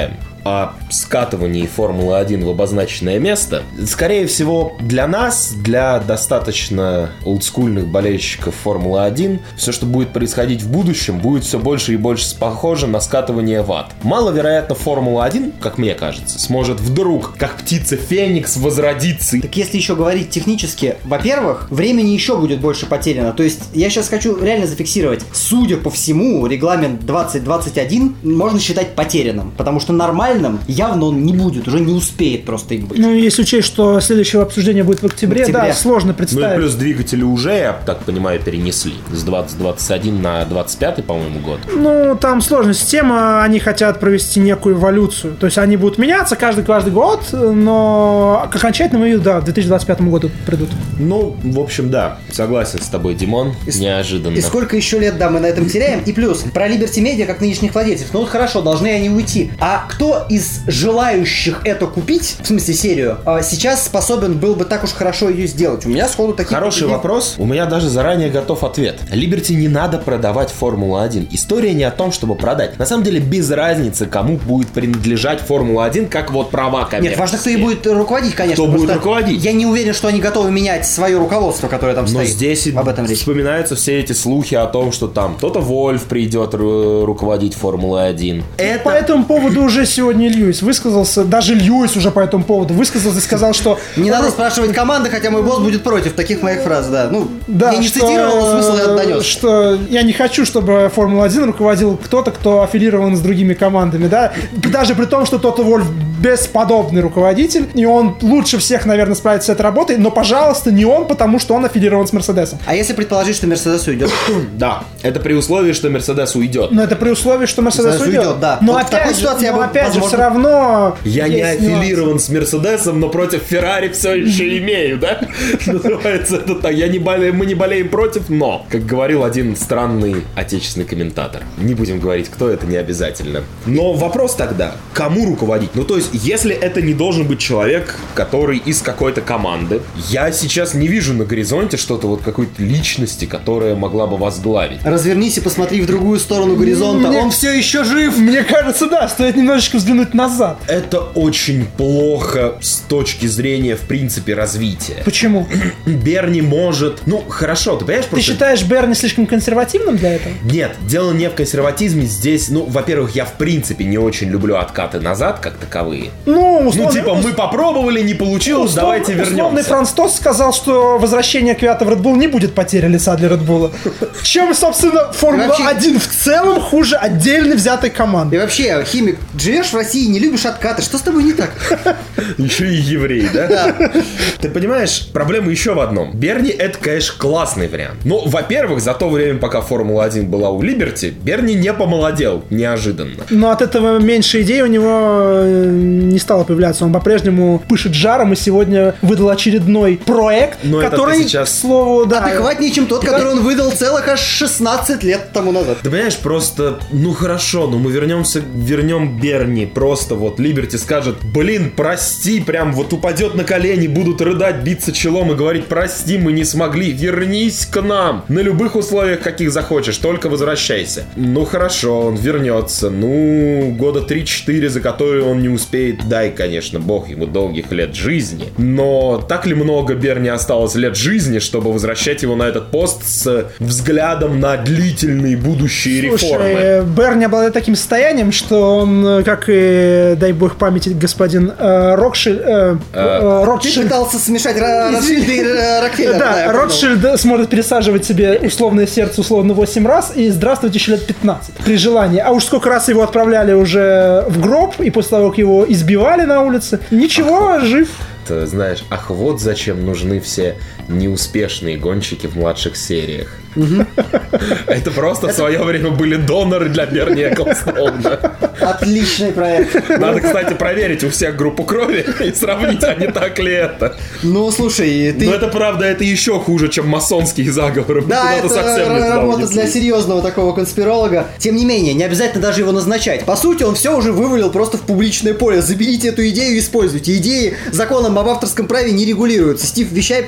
о скатывании Формулы один в обозначенное место. Скорее всего, для нас, для достаточно олдскульных болельщиков Формулы один, все, что будет происходить в будущем, будет все больше и больше похоже на скатывание в ад. Маловероятно, Формула один, как мне кажется, сможет вдруг, как птица Феникс, возродиться. Так если еще говорить технически, во-первых, времени еще будет больше потеряно. То есть я сейчас хочу реально зафиксировать. Судя по всему, регламент двадцать двадцать один можно считать потерянным, потому что нормальным явно он не будет, уже не успеет просто им быть. Ну, если учесть, что следующее обсуждение будет в октябре, в октябре. Да, сложно представить. Ну и плюс двигатели уже, я так понимаю, перенесли с двадцать двадцать один на двадцать пятый, по-моему, год. Ну, там сложная система, они хотят провести некую эволюцию. То есть они будут меняться каждый, каждый год, но к окончательному виду, да, в две тысячи двадцать пятом году придут. Ну, в общем, да, согласен с тобой, Димон, и неожиданно. И сколько еще лет, да, мы на этом теряем. И плюс, про Liberty Media, как нынешних владельцев, ну вот хорошо, должны они уйти. А кто из желающих это купить, в смысле серию, сейчас способен был бы так уж хорошо ее сделать? У меня сходу такие... Хороший вопрос. У меня даже заранее готов ответ. Liberty не надо продавать Формулу один. История не о том, чтобы продать. На самом деле, без разницы, кому будет принадлежать Формула один, как вот права коммерческие. Нет, важно, кто и будет руководить, конечно. Кто будет руководить. Я не уверен, что они готовы менять свое руководство, которое там Но стоит. Но здесь об этом речь. Вспоминаются все эти слухи о том, что там кто-то Вольф придет ру- руководить Формулой один. Это... По этому поводу уже сегодня Льюис высказался, даже Льюис уже по этому поводу высказался и сказал, что... Не надо спрашивать команды, хотя мой босс будет против таких моих фраз, да. Ну, да, я не что, цитировал, но смысл я донес. Что я не хочу, чтобы Формула один руководил кто-то, кто аффилирован с другими командами, да. Даже при том, что Тото Вольф бесподобный руководитель, и он лучше всех, наверное, справится с этой работой, но, пожалуйста, не он, потому что он аффилирован с Мерседесом. А если предположить, что Мерседес уйдет? Да, это при условии, что Мерседес уйдет. Но это при условии, что Мерседес уйдет. уйдет. Да. Но вот опять, же, но бы, опять возможно... же, все равно... Я не аффилирован с Мерседесом, но против Феррари все еще имею, да? Называется это так. Я не болею, мы не болеем против, но, как говорил один странный отечественный комментатор. Не будем говорить, кто это, не обязательно. Но вопрос тогда, кому руководить? Ну, то есть, если это не должен быть человек, который из какой-то команды, я сейчас не вижу на горизонте что-то вот какой-то личности, которая могла бы возглавить. Развернись и посмотри в другую сторону горизонта. Мне... Он все еще жив. Мне кажется, да, стоит немножечко взглянуть назад. Это очень плохо с точки зрения, в принципе, развития. Почему? Берни может... Ну, хорошо, ты понимаешь? Ты просто... считаешь Берни слишком консервативным для этого? Нет, дело не в консерватизме. Здесь, ну, во-первых, я в принципе не очень люблю откаты назад, как таковые. Ну, условно... ну типа, мы попробовали, не получилось, услов... давайте вернемся. Условный Франц Тост сказал, что возвращение Квиата в Red Bull не будет потеря лица для Red Bull. Чем, собственно, Формула один в целом хуже отдельно взятой команды. И вообще, Химик, живешь в России, не любишь откаты, что с тобой не так? Еще и еврей, да? Да. Ты понимаешь, проблема еще в одном. Берни это, конечно, классный вариант. Но, во-первых, за то время, пока Формула один была у Liberty, Берни не помолодел неожиданно. Но от этого меньше идей у него не стало появляться. Он по-прежнему пышет жаром и сегодня выдал очередной проект, но который, сейчас... к слову, да... адекватнее, чем тот, который он выдал целых аж шестнадцать лет тому назад. Ты понимаешь, просто, ну хорошо, ну мы вернемся, вернем Берни. Просто вот Liberty скажет, блин, прости, прям вот упадет на колени, будут рыдать, биться челом и говорить, прости, мы не смогли, вернись к нам. На любых условиях, каких захочешь, только возвращайся. Ну хорошо, он вернется. Ну, года три-четыре, за которые он не успеет, дай, конечно, бог ему долгих лет жизни. Но так ли много Берни осталось лет жизни, чтобы возвращать его на этот пост с взглядом на длительные будущие Слушай, реформы? Берни обладает таким состоянием, что он, как и, дай бог памяти, господин э, Рокшильд... Э, э, Ротшильд... Ты пытался смешать Ротшильда и Рокфеллера. Да, Ротшильд сможет пересаживать себе условное сердце условно восемь раз и здравствуйте еще лет пятнадцать при желании. А уж сколько раз его отправляли уже в гроб, и после того, как его избивали на улице, ничего, ах, жив. Ты знаешь, ах, вот зачем нужны все неуспешные гонщики в младших сериях. Это просто в свое время были доноры для Берни Эклстоуна. Отличный проект. Надо, кстати, проверить у всех группу крови и сравнить, а не так ли это. Ну, слушай, ты... Но это правда, это еще хуже, чем масонские заговоры. Да, это работа для серьезного такого конспиролога. Тем не менее, не обязательно даже его назначать. По сути, он все уже вывалил просто в публичное поле. Заберите эту идею и используйте. Идеи законом об авторском праве не регулируются. Стив, вещай, потому что ты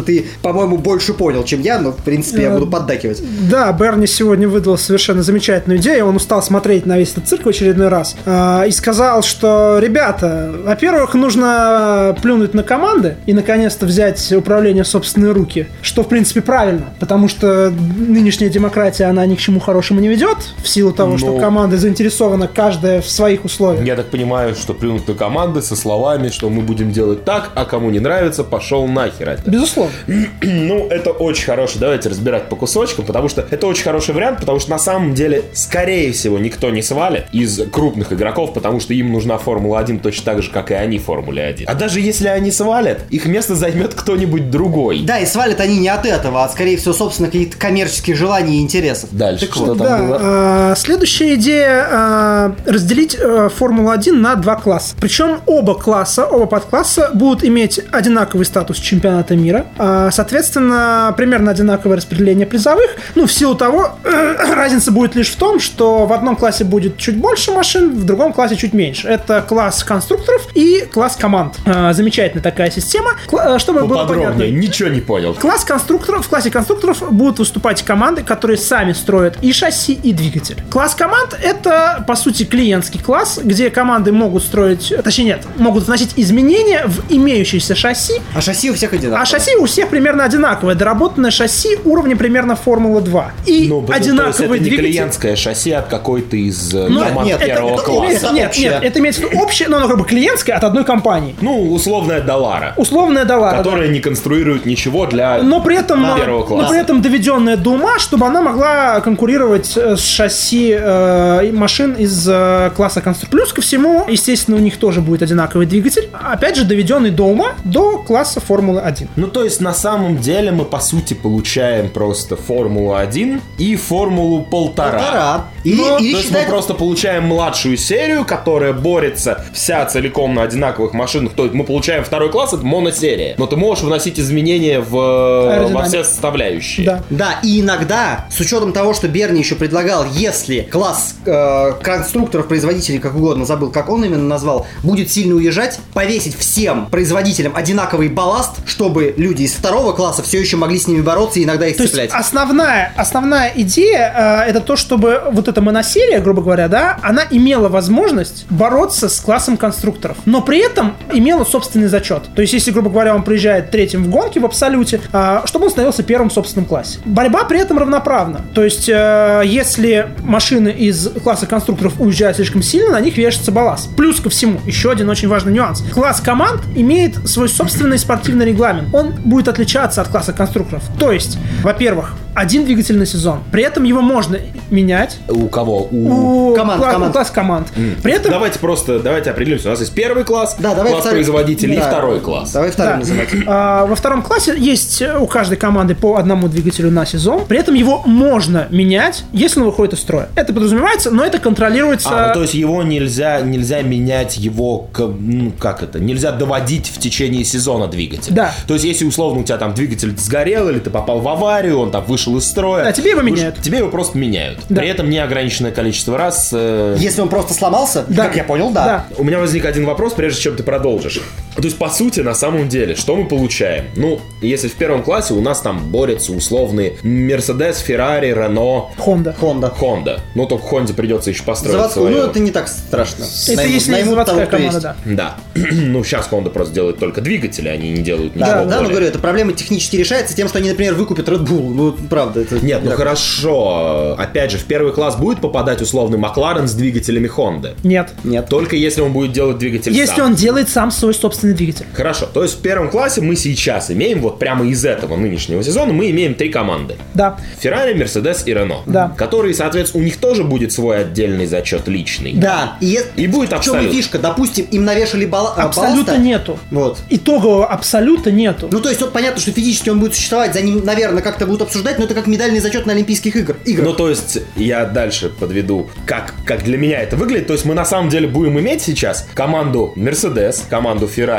ты, по-моему, больше понял, чем я, но, в принципе, я буду поддакивать. Да, Берни сегодня выдал совершенно замечательную идею. Он устал смотреть на весь этот цирк в очередной раз. Э, и сказал, что, ребята, во-первых, нужно плюнуть на команды и, наконец-то, взять управление в собственные руки. Что, в принципе, правильно. Потому что нынешняя демократия, она ни к чему хорошему не ведет. В силу того, ну, что команда заинтересована каждая в своих условиях. Я так понимаю, что плюнуть на команды со словами, что мы будем делать так, а кому не нравится, пошел нахер это. Безусловно. Ну, это очень хороший. Давайте разбирать по кусочкам, потому что это очень хороший вариант, потому что на самом деле, скорее всего, никто не свалит из крупных игроков, потому что им нужна Формула один точно так же, как и они в Формуле один. А даже если они свалят, их место займет кто-нибудь другой. Да, и свалят они не от этого, а от, скорее всего, собственно, каких-то коммерческих желаний и интересов. Дальше так что вот, там да, было? А, следующая идея а, разделить а, Формулу один на два класса. Причем оба класса, оба подкласса будут иметь одинаковый статус чемпионата мира. А, соответственно, примерно одинаковое распределение призовых. Ну, в силу того, разница будет лишь в том, что в одном классе будет чуть больше машин, в другом классе чуть меньше. Это класс конструкторов и класс команд. А, замечательная такая система. Кла- чтобы было понятно. Ничего не понял. Класс конструкторов, в классе конструкторов будут выступать команды, которые сами строят и шасси, и двигатель. Класс команд — это, по сути, клиентский класс, где команды могут строить, точнее нет, могут вносить изменения в имеющиеся шасси. А шасси у всех одинаковые. А шасси у всех примерно одинаковое. Доработанное шасси уровня примерно Формулы два. И ну, одинаковый то есть это двигатель. Не клиентское шасси от какой-то из ну, команд нет, первого это, класса. Это, нет, нет, это имеется в виду общее, но оно как бы клиентское от одной компании. Ну, условная Далара. Условная Далара, которая да. не конструирует ничего для но при этом, первого класса. Но при этом доведенная до ума, чтобы она могла конкурировать с шасси э, машин из э, класса конструктор. Плюс ко всему, естественно, у них тоже будет одинаковый двигатель. Опять же, доведенный до ума до класса Формулы один. Ну, то есть, на самом деле, мы, по сути, получаем просто Формулу один и Формулу полтора. Полтора. Или, Но, или то есть, считать... мы просто получаем младшую серию, которая борется вся целиком на одинаковых машинах. То есть, мы получаем второй класс, это моносерия. Но ты можешь вносить изменения в, во все составляющие. Да. Да, и иногда, с учетом того, что Берни еще предлагал, если класс э, конструкторов, производителей, как угодно, забыл, как он именно назвал, будет сильно уезжать, повесить всем производителям одинаковый балласт, чтобы люди из второго класса все еще могли с ними бороться и иногда их то цеплять. Есть основная, основная идея э, это то, чтобы вот эта моносерия, грубо говоря, да, она имела возможность бороться с классом конструкторов, но при этом имела собственный зачет. То есть, если, грубо говоря, он приезжает третьим в гонке в абсолюте, э, чтобы он становился первым в собственном классе. Борьба при этом равноправна. То есть, э, если машины из класса конструкторов уезжают слишком сильно, на них вешается балласт. Плюс ко всему, еще один очень важный нюанс. Класс команд имеет свой собственный спортивный регламент. Он будет отличаться от класса конструкторов. То есть, во-первых, один двигатель на сезон. При этом его можно менять. У кого? У, у команд, кла- команд. У класс команд. Mm. При этом... Давайте просто, давайте определимся. У нас есть первый класс, да, давай класс второй... производителей да. и второй класс. Давай второй да. называть. А, во втором классе есть у каждой команды по одному двигателю на сезон. При этом его можно менять, если он выходит из строя. Это подразумевается, но это контролируется... А, ну, то есть его нельзя, нельзя менять его, к, ну, как это, нельзя доводить в течение сезона двигатель. Да. То есть если условно у тебя там двигатель сгорел, или ты попал в аварию, он там вышел из строя. Да, тебе его меняют. Выш... Тебе его просто меняют. Да. При этом неограниченное количество раз. Э... Если он просто сломался, да. как я понял, да. да. У меня возник один вопрос, прежде чем ты продолжишь. То есть, по сути, на самом деле, что мы получаем? Ну, если в первом классе у нас там борются условные Mercedes, Ferrari, Renault, Honda. Honda. Honda. Ну, только Honda придется еще построить Заводскую, свою. ну это не так страшно. Это Наймут- если наймут заводская того, кто команда, есть. да. Да. Ну, сейчас Honda просто делает только двигатели, они не делают ничего Да, да, более. но говорю, эта проблема технически решается тем, что они, например, выкупят Red Bull. Ну, правда, это... Нет, ну так. хорошо. Опять же, в первый класс будет попадать условный Макларен с двигателями Honda? Нет. Нет. Только если он будет делать двигатель Если сам. он делает сам свой собственный двигатель. Хорошо, то есть в первом классе мы сейчас имеем, вот прямо из этого нынешнего сезона, мы имеем три команды. Да. Ferrari, Mercedes и Renault. Да. Которые, соответственно, у них тоже будет свой отдельный зачет личный. Да, и, И будет в чем и абсолют. фишка? Допустим, им навешали бал... Абсолютно балласта. нету. Вот. Итогового абсолютно нету. Ну, то есть, вот понятно, что физически он будет существовать, за ним, наверное, как-то будут обсуждать, но это как медальный зачет на Олимпийских игр. играх. Ну, то есть, я дальше подведу, как, как для меня это выглядит. То есть, мы на самом деле будем иметь сейчас команду Mercedes, команду Ferrari,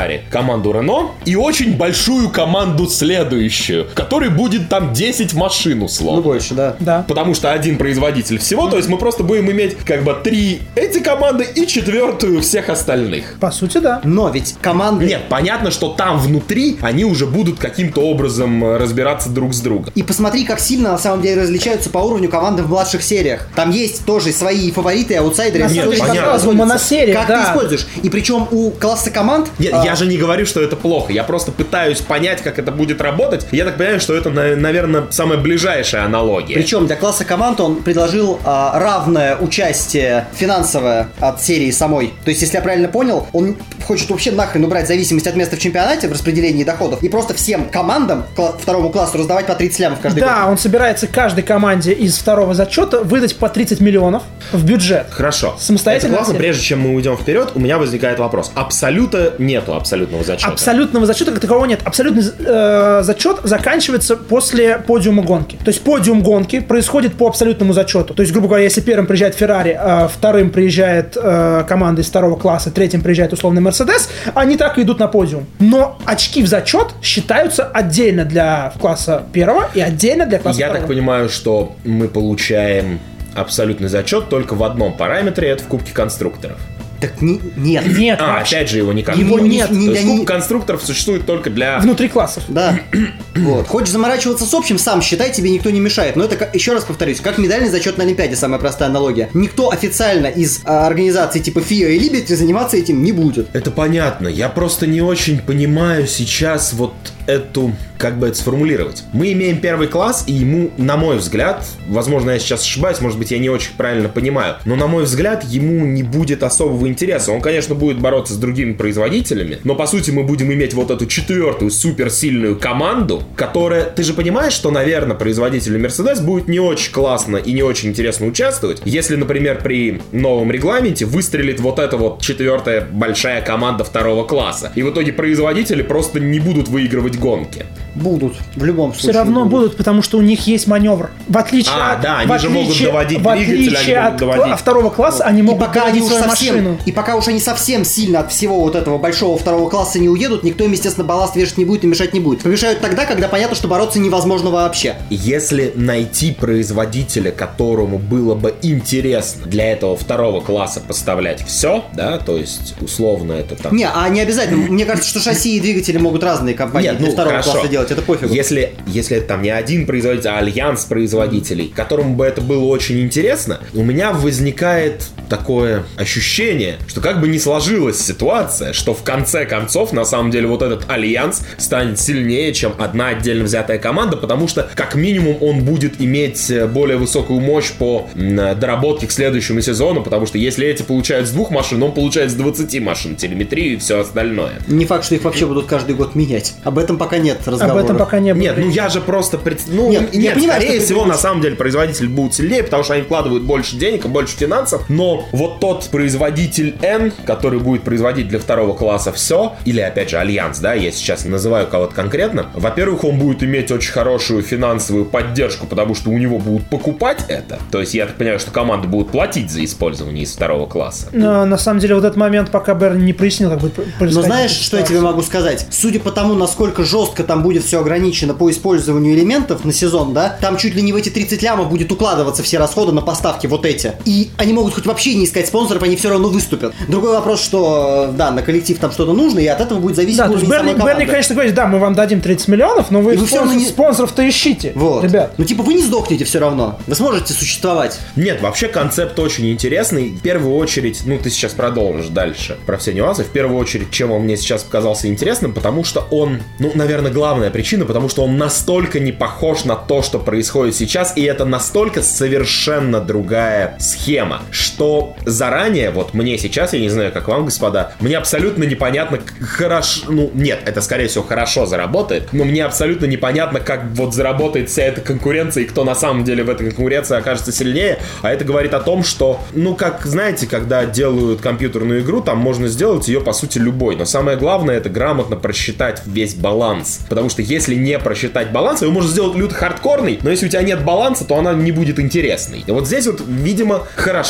Феррари команду Рено и очень большую команду следующую, которой будет там десять машин условно. Ну, больше, да. Да. Потому что один производитель всего, то есть мы просто будем иметь как бы три эти команды и четвертую всех остальных. По сути, да. Но ведь команды... Нет, понятно, что там внутри они уже будут каким-то образом разбираться друг с другом. И посмотри, как сильно на самом деле различаются по уровню команды в младших сериях. Там есть тоже свои фавориты и аутсайдеры. Нет, Смотри, как понятно. используется. Моносерия, Как да. ты используешь. И причем у класса команд... Нет, а, я же не говорю, что это плохо. Я просто пытаюсь понять, как это будет работать. Я так понимаю, что это, на- наверное, самая ближайшая аналогия. Причем для класса команд он предложил а, равное участие финансовое от серии самой. То есть, если я правильно понял, он хочет вообще нахрен убрать зависимость от места в чемпионате в распределении доходов и просто всем командам кла- второму классу раздавать по тридцать лямов каждый Да, год. он собирается каждой команде из второго зачета выдать по тридцать миллионов в бюджет. Хорошо. Самостоятельно Это классно. серия. Прежде чем мы уйдем вперед, у меня возникает вопрос. Абсолюта нету абсолютного зачета. Абсолютного зачета как такового нет. Абсолютный э, зачет заканчивается после подиума гонки. То есть подиум гонки происходит по абсолютному зачету. То есть, грубо говоря, если первым приезжает Феррари, э, вторым приезжает э, команда из второго класса, третьим приезжает условный Мерседес, они так и идут на подиум. Но очки в зачет считаются отдельно для класса первого и отдельно для класса Я второго. так понимаю, что мы получаем абсолютный зачет только в одном параметре, это в Кубке конструкторов. Так не- нет. Нет, А, вообще. опять же, его никак Его не нет, То не- есть они- Кубок конструкторов существует только для... Внутри классов. Да. Вот. Хочешь заморачиваться с общим, сам считай, тебе никто не мешает. Но это, как- еще раз повторюсь, как медальный зачет на Олимпиаде, самая простая аналогия. Никто официально из а, организаций типа фиа и Liberty заниматься этим не будет. Это понятно. Я просто не очень понимаю сейчас вот эту, как бы это сформулировать. Мы имеем первый класс, и ему, на мой взгляд, возможно, я сейчас ошибаюсь, может быть, я не очень правильно понимаю, но, на мой взгляд, ему не будет особого интереса. Он, конечно, будет бороться с другими производителями, но, по сути, мы будем иметь вот эту четвертую суперсильную команду, которая... Ты же понимаешь, что, наверное, производителю Mercedes будет не очень классно и не очень интересно участвовать, если, например, при новом регламенте выстрелит вот эта вот четвертая большая команда второго класса, и в итоге производители просто не будут выигрывать гонки. Будут. В любом случае. Все равно будут, потому что у них есть маневр. В отличие А, от, да, они в же могут отличие- доводить в двигатель, они отличие могут от доводить. второго класса, они И могут пока, они доводить уж свою совсем, машину. и пока уж они совсем сильно от всего вот этого большого второго класса не уедут, никто им, естественно, балласт вешать не будет и мешать не будет. Помешают тогда, когда понятно, что бороться невозможно вообще. Если найти производителя, которому было бы интересно для этого второго класса поставлять все, да, то есть условно это там... Не, а не обязательно. Мне кажется, что шасси и двигатели могут разные компании Нет, для ну, второго хорошо. класса делать, это пофигу. Если, если это там не один производитель, а альянс производителей, которому бы это было очень интересно, у меня возникает такое ощущение, что как бы не сложилась ситуация, что в конце концов, на самом деле, вот этот альянс станет сильнее, чем одна отдельно взятая команда, потому что, как минимум, он будет иметь более высокую мощь по м, доработке к следующему сезону, потому что если эти получают с двух машин, он получает с двадцати машин, телеметрию и все остальное. Не факт, что их вообще будут каждый год менять. Об этом пока нет разговора. Об этом пока не было. Нет, ну я же просто... пред- Ну, Нет, нет, я понимаю, скорее что всего, ты- на самом деле, производитель будет сильнее, потому что они вкладывают больше денег и больше финансов, но вот тот производитель N, который будет производить для второго класса все, или, опять же, Альянс, да, я сейчас не называю кого-то конкретно, во-первых, он будет иметь очень хорошую финансовую поддержку, потому что у него будут покупать это, то есть я так понимаю, что команды будут платить за использование из второго класса. Но, на самом деле, вот этот момент, пока Берн не прояснил, как будет происходить. Но знаешь, эта что я ситуация. тебе могу сказать? Судя по тому, насколько жестко там будет все ограничено по использованию элементов на сезон, да, там чуть ли не в эти тридцать лямов будет укладываться все расходы на поставки вот эти. И они могут хоть вообще не искать спонсоров, они все равно выступят. Другой вопрос, что, да, на коллектив там что-то нужно, и от этого будет зависеть Да, то есть уровень Берни, самой команды. Берни, конечно, говорит, да, мы вам дадим тридцать миллионов, но вы, И вы всё спонсор- равно не- спонсоров-то ищите, Вот. ребят. Ну, типа, вы не сдохнете все равно. Вы сможете существовать. Нет, вообще концепт очень интересный. В первую очередь, ну ты сейчас продолжишь дальше про все нюансы. В первую очередь, чем он мне сейчас показался интересным, потому что он, ну, наверное, главная причина, потому что он настолько не похож на то, что происходит сейчас, и это настолько совершенно другая схема, что заранее, вот мне сейчас, я не знаю, как вам, господа, мне абсолютно непонятно, к- хорошо, ну, нет, это, скорее всего, хорошо заработает, но мне абсолютно непонятно, как вот заработает вся эта конкуренция, и кто на самом деле в этой конкуренции окажется сильнее, а это говорит о том, что, ну, как, знаете, когда делают компьютерную игру, там можно сделать ее, по сути, любой, но самое главное, это грамотно просчитать весь баланс, потому что если не просчитать баланс, его можно сделать люто хардкорный, но если у тебя нет баланса, то она не будет интересной. И вот здесь вот, видимо, хорошо просчитали.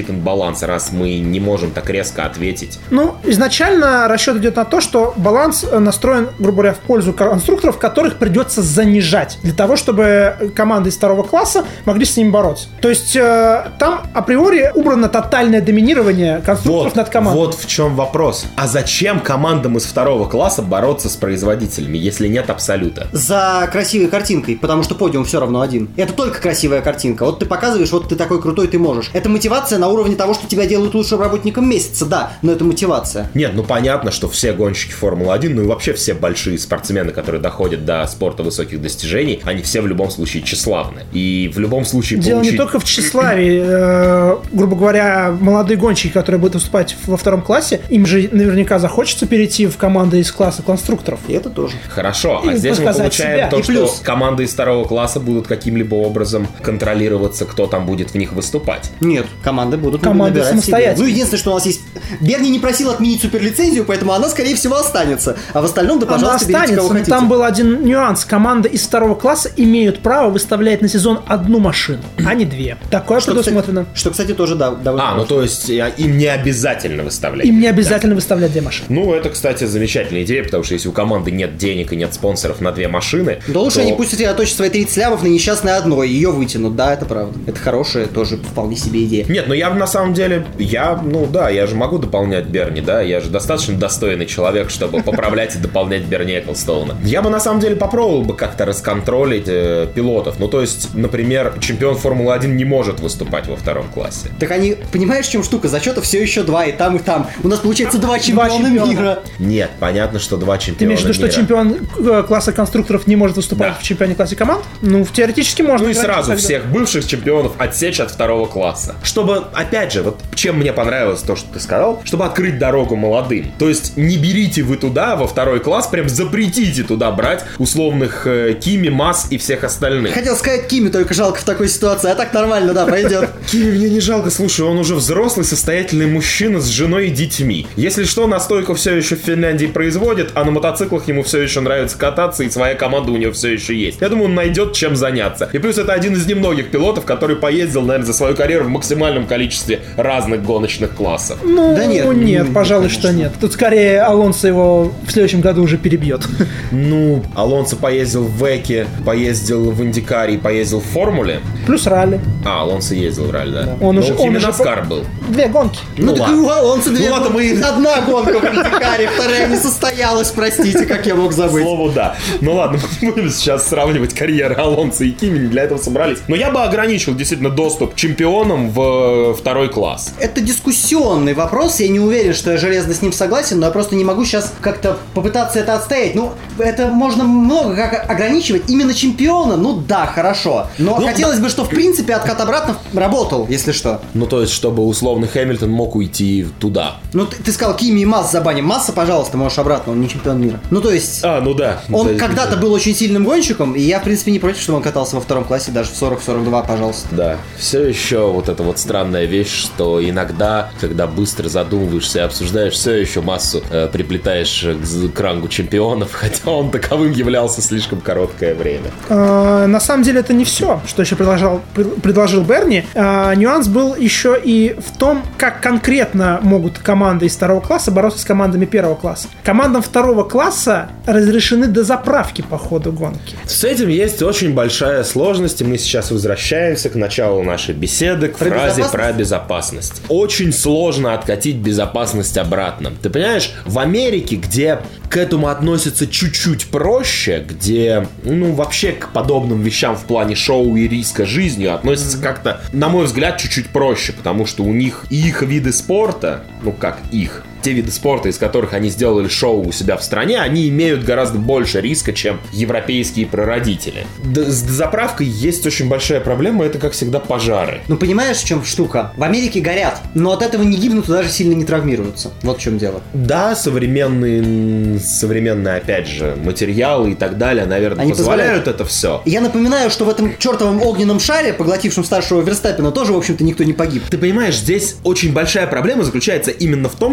рассчитан баланс, раз мы не можем так резко ответить? Ну, изначально расчет идет на то, что баланс настроен, грубо говоря, в пользу конструкторов, которых придется занижать для того, чтобы команды из второго класса могли с ними бороться. То есть э, там априори убрано тотальное доминирование конструкторов вот, над командой. Вот в чем вопрос. А зачем командам из второго класса бороться с производителями, если нет абсолюта? За красивой картинкой, потому что подиум все равно один. Это только красивая картинка. Вот ты показываешь, вот ты такой крутой, ты можешь. Это мотивация на уровне того, что тебя делают лучшим работником месяца, да, но это мотивация. Нет, ну понятно, что все гонщики Формулы один, ну и вообще все большие спортсмены, которые доходят до спорта высоких достижений, они все в любом случае тщеславны. И в любом случае Дело получить... не только в тщеславии. Э, грубо говоря, молодые гонщики, которые будут выступать во втором классе, им же наверняка захочется перейти в команды из класса конструкторов. И это тоже. Хорошо, И а здесь мы получаем себя. то, И что плюс. команды из второго класса будут каким-либо образом контролироваться, кто там будет в них выступать. Нет, команды будут Команды набирать самостоятельно. себе. Ну, единственное, что у нас есть... Берни не просил отменить суперлицензию, поэтому она, скорее всего, останется. А в остальном, да, пожалуйста, Она берите, останется, кого но хотите. там был один нюанс. Команды из второго класса имеют право выставлять на сезон одну машину, а не две. Такое Что, предусмотрено. кстати, что, кстати, тоже, да, довольно А, ну важно. то есть э, им не обязательно выставлять. Им не обязательно выставлять две машины. Ну, это, кстати, замечательная идея, потому что если у команды нет денег и нет спонсоров на две машины, Да лучше то... они пусть сосредоточат свои тридцать лямов на несчастной одной, ее вытянут, да, это правда. Это хорошая тоже вполне себе идея. Нет, ну я на самом деле, я, ну да, я же могу дополнять Берни, да, я же достаточно достойный человек, чтобы поправлять и дополнять Берни Эклстоуна. Я бы на самом деле попробовал бы как-то расконтролить э, пилотов. Ну, то есть, например, чемпион Формулы один не может выступать во втором классе. Так они, понимаешь, в чем штука? Зачетов все еще два, и там, и там. У нас получается два чемпиона, чемпиона. мира. Нет, понятно, что два чемпиона Ты имеешь в виду, что мира. чемпион э, класса конструкторов не может выступать Да. в чемпионе классе команд? Ну, теоретически можно. Ну и играть сразу тогда. всех бывших чемпионов отсечь от второго класса. Чтобы, опять же, вот чем мне понравилось то, что ты сказал, чтобы открыть дорогу молодым. То есть не берите вы туда, во второй класс, прям запретите туда брать условных э, Кими, Мас и всех остальных. Хотел сказать Кими, только жалко в такой ситуации, а так нормально, да, пойдет. Кими мне не жалко, слушай, он уже взрослый, состоятельный мужчина с женой и детьми. Если что, настойку все еще в Финляндии производит, а на мотоциклах ему все еще нравится кататься, и своя команда у него все еще есть. Я думаю, он найдет чем заняться. И плюс это один из немногих пилотов, который поездил, наверное, за свою карьеру в максимальном количестве разных гоночных классов. Ну, Да нет, нет, ну, пожалуй, конечно. что нет. Тут скорее Алонсо его в следующем году уже перебьет. Ну, Алонсо поездил в Веке, поездил в Индикаре, поездил в Формуле. Плюс ралли. А, Алонсо ездил в ралли, да. Он Но уже- у Кими он уже Наскар по- был. Две гонки. Ну, Ну так ладно. и у Алонсо две Ну ладно, гонки. мы- Одна гонка в Индикаре, вторая не состоялась, простите, как я мог К забыть. слову, да. Ну ладно, мы не будем сейчас сравнивать карьеры Алонсо и Кими, не для этого собрались. Но я бы ограничил действительно доступ к чемпионам в э, второй класс. Это дискуссионный вопрос, я не уверен, что я железно с ним согласен, но я просто не могу сейчас как-то попытаться это отстоять. Ну, это можно много как ограничивать. Именно чемпиона, ну да, хорошо. Но Ну, хотелось бы, что в принципе откат обратно работал, если что. Ну, то есть, чтобы условно Хэмилтон мог уйти туда. Ну, ты, ты сказал, Кими и Масс забаним. Масса, пожалуйста, можешь обратно, он не чемпион мира. Ну, то есть... А, ну да. Он Да, когда-то да. был очень сильным гонщиком, и я, в принципе, не против, чтобы он катался во втором классе, даже в сорок сорок два, пожалуйста. Да, все еще вот эта вот странная вещь, что иногда, когда быстро задумываешься и обсуждаешь, все еще массу э, приплетаешь к, з- к рангу чемпионов, хотя он таковым являлся слишком короткое время. Э, На самом деле это не все, что еще предложил, пред- предложил Берни. Э, Нюанс был еще и в том, как конкретно могут команды из второго класса бороться с командами первого класса. Командам второго класса разрешены дозаправки по ходу гонки. С этим есть очень большая сложность, и мы сейчас возвращаемся к началу нашей беседы, к Про фразе безопасность? про безопасность. Очень сложно откатить безопасность обратно. Ты понимаешь, в Америке, где к этому относятся чуть-чуть проще, где, ну, вообще к подобным вещам в плане шоу и риска жизнью относятся как-то, на мой взгляд, чуть-чуть проще, потому что у них и их виды спорта, ну, как их, те виды спорта, из которых они сделали шоу у себя в стране, они имеют гораздо больше риска, чем европейские прародители. Д- с заправкой есть очень большая проблема, это, как всегда, пожары. Ну, понимаешь, в чем штука? В Америке горят, но от этого не гибнут и даже сильно не травмируются. Вот в чем дело. Да, современные, современные, опять же, материалы и так далее, наверное, Они позволяют, позволяют. это все. Я напоминаю, что в этом чертовом огненном шаре, поглотившем старшего Верстаппена, тоже, в общем-то, никто не погиб. Ты понимаешь, здесь очень большая проблема заключается именно в том, что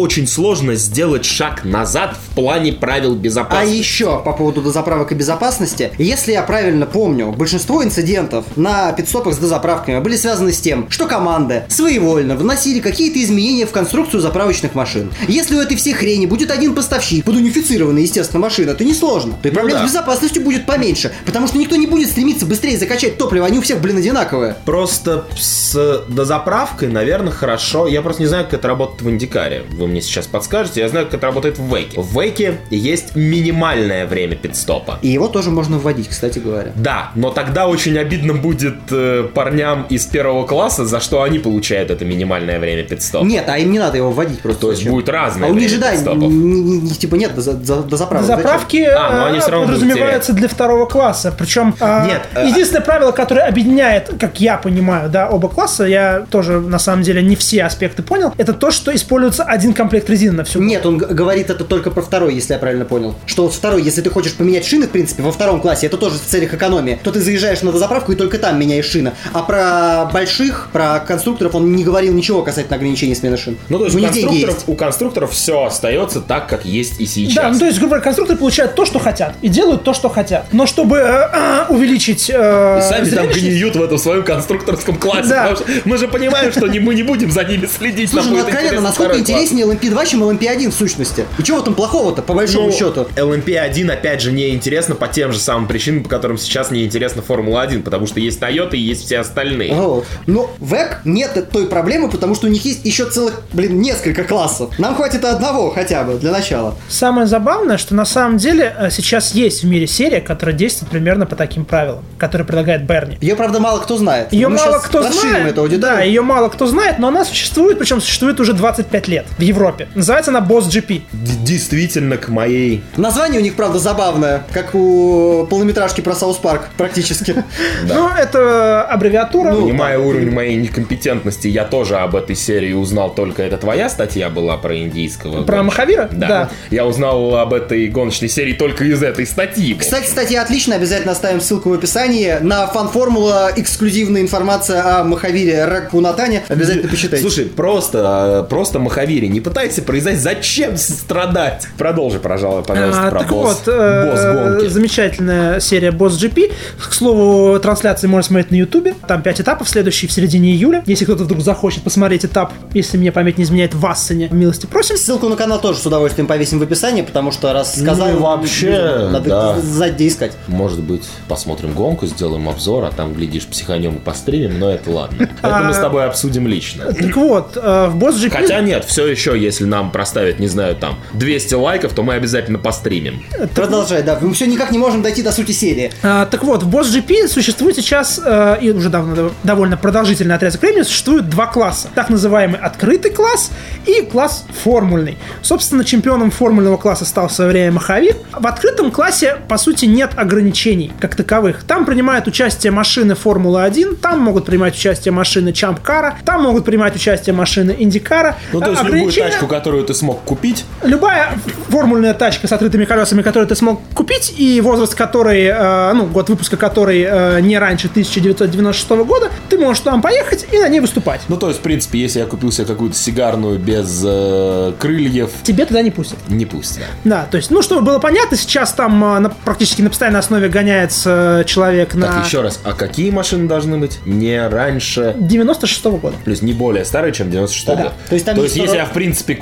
очень сложно сделать шаг назад в плане правил А безопасности. еще по поводу дозаправок и безопасности, если я правильно помню, большинство инцидентов на пидстопах с дозаправками были связаны с тем, что команды своевольно вносили какие-то изменения в конструкцию заправочных машин. Если у этой всей хрени будет один поставщик, под унифицированной, естественно, машина, то несложно. То и проблем да. с безопасностью будет поменьше, потому что никто не будет стремиться быстрее закачать топливо, они у всех, блин, одинаковые. Просто с дозаправкой, наверное, хорошо. Я просто не знаю, как это работает в Индикаре. Вы мне сейчас подскажете. Я знаю, как это работает в Веке. В Веке есть минимальное время пидстопа. И его тоже можно вводить, кстати говоря. Да, но тогда очень обидно будет э, парням из первого класса, за что они получают это минимальное время пидстопа. Нет, а им не надо его вводить просто. То есть зачем? будет разное А у них время же, да, пидстопов. не- не- типа нет доза- доза- дозаправок. Заправки А, ну они э, всё равно будут подразумеваются для второго класса. Причем э, Нет, э, единственное правило, которое объединяет, как я понимаю, да, оба класса, я тоже на самом деле не все аспекты понял, это то, что используется один комплект резины на всю. Нет, он г- говорит это только про второй, если я правильно понял. Что вот второй, если ты хочешь поменять шины, в принципе, во втором классе, это тоже в целях экономии, то ты заезжаешь на дозаправку и только там меняешь шины. А про больших, про конструкторов он не говорил ничего касательно ограничения смены шин. Ну, то есть у них деньги конструкторов, есть. у конструкторов все остается так, как есть и сейчас. Да, ну то есть, грубо говоря, конструкторы получают то, что хотят, и делают то, что хотят. Но чтобы э, э, увеличить э, И сами там зрелищность- гниют в этом своем конструкторском классе. Да. Потому что мы же понимаем, что не, мы не будем за ними следить. Слушай, нам ну будет откровенно, интересен насколько второй класс. интереснее эл эм пи два, чем эл эм пи один в сущности? И чего в этом плохого-то, по большому Ну, счету? эл эм пи один, опять же, не интересно по тем же самым причинам, по которым сейчас не интересна Формула один, потому что есть Toyota и есть все остальные. Вот. Но в ЭК нет той проблемы, потому что у них есть еще целых, блин, несколько классов. Нам хватит одного хотя бы, для начала. Самое забавное, что на самом деле э, сейчас есть в мире серия, которая действует примерно по таким правилам, которые предлагает Берни. Ее, правда, мало кто знает. Ее Мы мало щас кто расширим знает, эту аудиторию. да, ее мало кто знает, но она существует, причем существует уже двадцать пять лет в Европе. Называется она Boss джи пи. Д- Действительно, к моей... Название у них, правда, забавное, как у полнометражки про Саус Парк, практически. Ну, это аббревиатура. Понимая уровень моей некомпетентности, я тоже об этой серии узнал только... Это твоя статья была про индийского? Про гонщика? Махавира? Да. Да. Я узнал об этой гоночной серии только из этой статьи. Кстати, статья отличная, обязательно оставим ссылку в описании. На фан-формула эксклюзивная информация о Махавире Ракунатане. Обязательно почитайте. Слушай, просто, просто Махавири, не пытайся произойти, зачем страдать? Продолжи, пожалуй, пожалуйста, А, про так босс, вот, э, босс гонки. замечательная серия Boss джи пи. К слову, трансляции можно смотреть на Ютубе. Там пять этапов, следующие в середине июля. Если кто-то вдруг захочет посмотреть этап, если мне память не изменяет, в Ассене, милости просим. Ссылку на канал тоже с удовольствием повесим в описании, потому что раз сказал, Ну и вообще, надо да. сзади искать. Может быть, посмотрим гонку, сделаем обзор, а там, глядишь, психанем и постримим, но это ладно. Это мы с тобой обсудим лично. Так вот, э, в Boss джи пи... Хотя нет, все еще, если нам проставят, не знаю, там, двести лайков, то мы обязательно постримим. Продолжай, да. Мы все никак не можем дойти до сути серии. А, так вот, в Boss джи пи существует сейчас, э, и уже давно, довольно продолжительный отрезок времени, существует два класса. Так называемый открытый класс и класс формульный. Собственно, чемпионом формульного класса стал в свое время Махавир. В открытом классе, по сути, нет ограничений как таковых. Там принимают участие машины Формулы один, там могут принимать участие машины Чампкара, там могут принимать участие машины Индикара. Ну, то есть А, любую ограничения- тачку, которую ты смог купить, Любая формульная тачка с открытыми колесами, которую ты смог купить, и возраст которой, э, ну, год выпуска которой э, не раньше тысяча девятьсот девяносто шестого года, ты можешь там поехать и на ней выступать. ну, то есть, в принципе, если я купил себе какую-то сигарную без э, крыльев, Тебе туда не пустят. не пусть, да. Да, то есть, ну, чтобы было понятно, сейчас там э, на, практически на постоянной основе гоняется человек на Так, еще раз, а какие машины должны быть? Не раньше... девяносто шестого года. То есть не более старый, чем девяносто шестой Да. год. То есть там есть если второй- я, в принципе,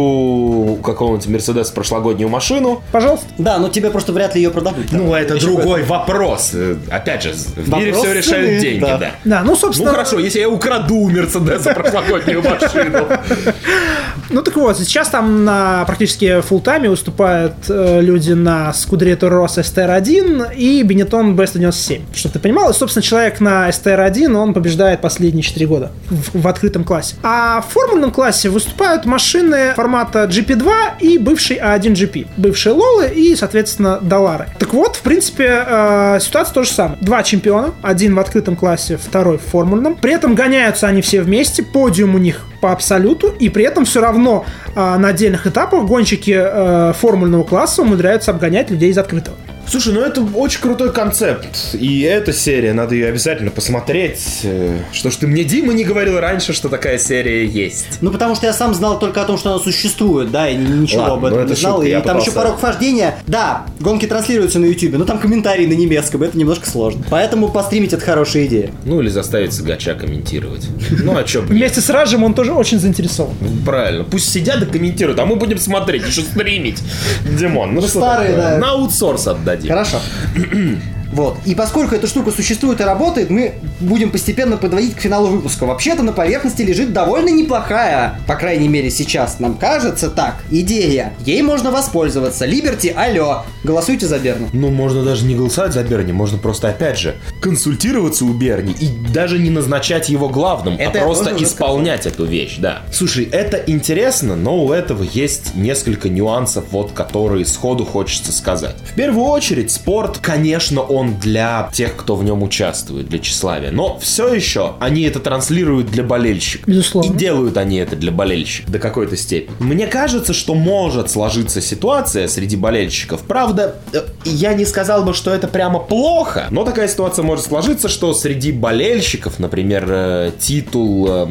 куплю какого-нибудь Мерседес прошлогоднюю машину, Пожалуйста. Да, но тебе просто вряд ли ее продадут. ну, это Еще другой вопрос. Э, Опять же, в мире Вопрос все решают цены, деньги, да. да. Да, ну, Ну, собственно... хорошо, если я украду у Мерседеса прошлогоднюю машину. Ну так вот, сейчас там на практически фулл-тайме выступают э, люди на Scuderia Ross эс ти ар один и Benetton би эс сто девяносто семь. Чтобы ты понимал, и, собственно, человек на эс ти ар один, он побеждает последние четыре года в, в открытом классе. А в формульном классе выступают машины формата джи пи два и бывший эй один джи пи. Бывшие Лолы и, соответственно, Далары. Так вот, в принципе, э, ситуация то же самое. Два чемпиона, один в открытом классе, второй в формульном. При этом гоняются они все вместе, подиум у них по абсолюту, и при этом все равно э, на отдельных этапах гонщики э, формульного класса умудряются обгонять людей из открытого. Слушай, ну это очень крутой концепт. И эта серия, надо ее обязательно посмотреть. Что ж ты мне, Дима, не говорил раньше, что такая серия есть? Ну, потому что я сам знал только о том, что она существует, да, и ничего Ладно, об этом это не знал. шутка, И я там пытался... еще порог вхождения. Да, гонки транслируются на Ютубе, но там комментарии на немецком, это немножко сложно. Поэтому постримить — это хорошая идея. Ну, или заставить Сагача комментировать. Ну, а чё? Вместе с Раджем он тоже очень заинтересован. Правильно. Пусть сидят и комментируют, а мы будем смотреть, еще стримить. Димон, ну что Старые, такое? да. На аутсорс отдадим. Хорошо. Вот. И поскольку эта штука существует и работает, мы будем постепенно подводить к финалу выпуска. Вообще-то на поверхности лежит довольно неплохая, по крайней мере сейчас, нам кажется, так, идея. Ей можно воспользоваться. Либерти, алло, голосуйте за Берни. Ну, можно даже не голосовать за Берни, можно просто, опять же, консультироваться у Берни и даже не назначать его главным, Это а просто тоже исполнять эту вещь, да. Слушай, это интересно, но у этого есть несколько нюансов, вот, которые сходу хочется сказать. В первую очередь, спорт, конечно, он для тех, кто в нем участвует, для тщеславия. Но все еще они это транслируют для болельщиков. Безусловно. И делают они это для болельщиков до какой-то степени. Мне кажется, что может сложиться ситуация среди болельщиков. Правда, я не сказал бы, что это прямо плохо, но такая ситуация может сложиться, что среди болельщиков, например, титул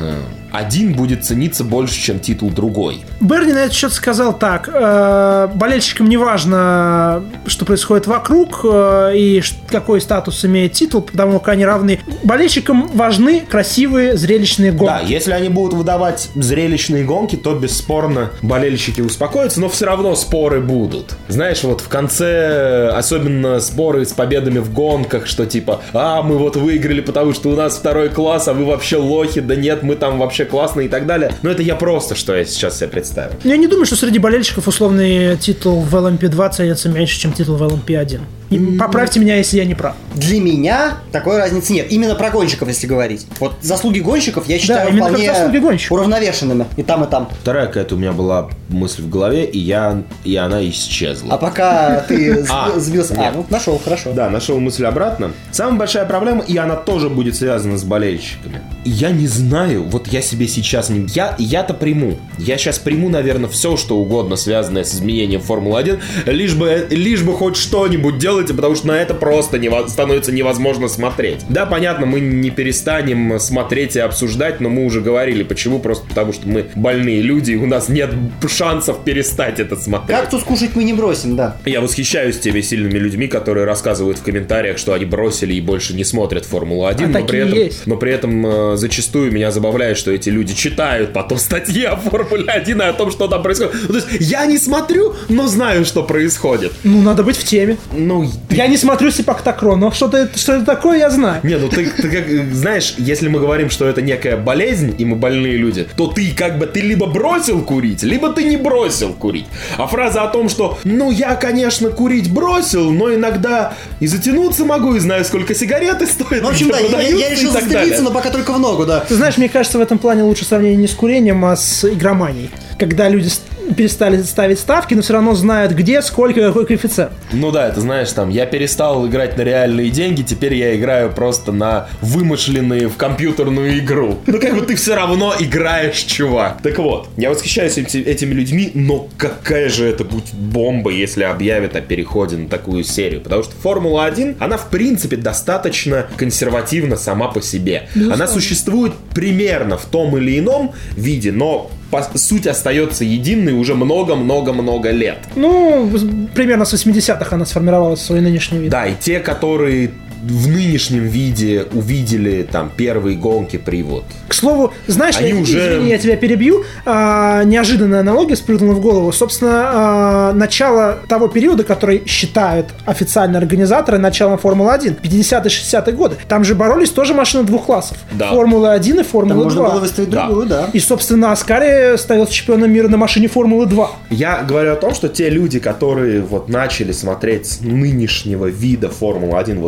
один будет цениться больше, чем титул другой. Берни на этот счет сказал так: э, болельщикам не важно, что происходит вокруг э, и ш- какой статус имеет титул, потому как они равны. Болельщикам важны красивые зрелищные гонки. Да, если они будут выдавать зрелищные гонки, то бесспорно болельщики успокоятся, но все равно споры будут. Знаешь, вот в конце, особенно споры с победами в гонках, что типа, а, мы вот выиграли, потому что у нас второй класс, а вы вообще лохи, да нет, мы там вообще классные и так далее. Но это я просто, что я сейчас себе представил. Я не думаю, что среди болельщиков условный титул в эл эм пи два ценится меньше, чем титул в эл эм пи один. И поправьте меня, если я не прав. Для меня такой разницы нет. Именно про гонщиков, если говорить. Вот заслуги гонщиков я считаю именно как вполне заслуги гонщиков. уравновешенными. И там, и там. Вторая какая-то у меня была мысль в голове, и я и она исчезла. А пока ты А, сбился... А, нет. ну, нашел, хорошо. Да, нашел мысль обратно. Самая большая проблема, и она тоже будет связана с болельщиками. Я не знаю, вот я себе сейчас не... Я, я-то приму. Я сейчас приму, наверное, все, что угодно, связанное с изменением Формулы один, лишь бы, лишь бы хоть что-нибудь делайте, потому что на это просто нево- становится невозможно смотреть. Да, понятно, мы не перестанем смотреть и обсуждать, но мы уже говорили, почему. Просто потому, что мы больные люди, и у нас нет шансов перестать это смотреть. Кактус кушать мы не бросим, да. Я восхищаюсь теми сильными людьми, которые рассказывают в комментариях, что они бросили и больше не смотрят Формулу один, А но, при такие этом, есть. но при этом э, зачастую меня забавляет, что эти люди читают потом статьи о Формуле один и о том, что там происходит. Ну, то есть я не смотрю, но знаю, что происходит. Ну, надо быть в теме. Ну, Я не смотрю Сипактакрон, но что это, что это такое, я знаю. не, ну ты, ты как, знаешь, если мы говорим, что это некая болезнь, и мы больные люди, то ты как бы, ты либо бросил курить, либо ты не бросил курить. А фраза о том, что, ну, я, конечно, курить бросил, но иногда и затянуться могу, и знаю, сколько сигареты стоят. Ну, в общем, где да, я, продаются я и решил так застрелиться, далее. но пока только в ногу, да. Ты знаешь, мне кажется, в этом плане лучше сравнение не с курением, а с игроманией. Когда люди с- перестали ставить ставки, но все равно знают, где, сколько, какой коэффициент. Ну да, это знаешь, там, я перестал играть на реальные деньги, теперь я играю просто на вымышленные в компьютерную игру. Ну как бы ты все равно играешь, чувак. Так вот, я восхищаюсь эти- этими людьми, но какая же это будет бомба, если объявят о переходе на такую серию. Потому что Формула один, она в принципе достаточно консервативна сама по себе. Она существует примерно в том или ином виде, но по суть остается единой уже много-много-много лет. Ну, в- примерно с восьмидесятых она сформировалась в свой нынешний вид. Да, и те, которые в нынешнем виде увидели там первые гонки при вот. К слову, знаешь, Они я, уже- извини, я тебя перебью, а, неожиданная аналогия спрыгнула в голову. Собственно, а, начало того периода, который считают официально организаторы началом Формулы один, пятидесятые шестидесятые годы. Там же боролись тоже машины двух классов. Да. Формула один и Там Формула можно два. было выставить Да. другую, да. И, собственно, Аскари становился чемпионом мира на машине Формулы два. Я говорю о том, что те люди, которые вот начали смотреть с нынешнего вида Формулы один, вот эту Формулу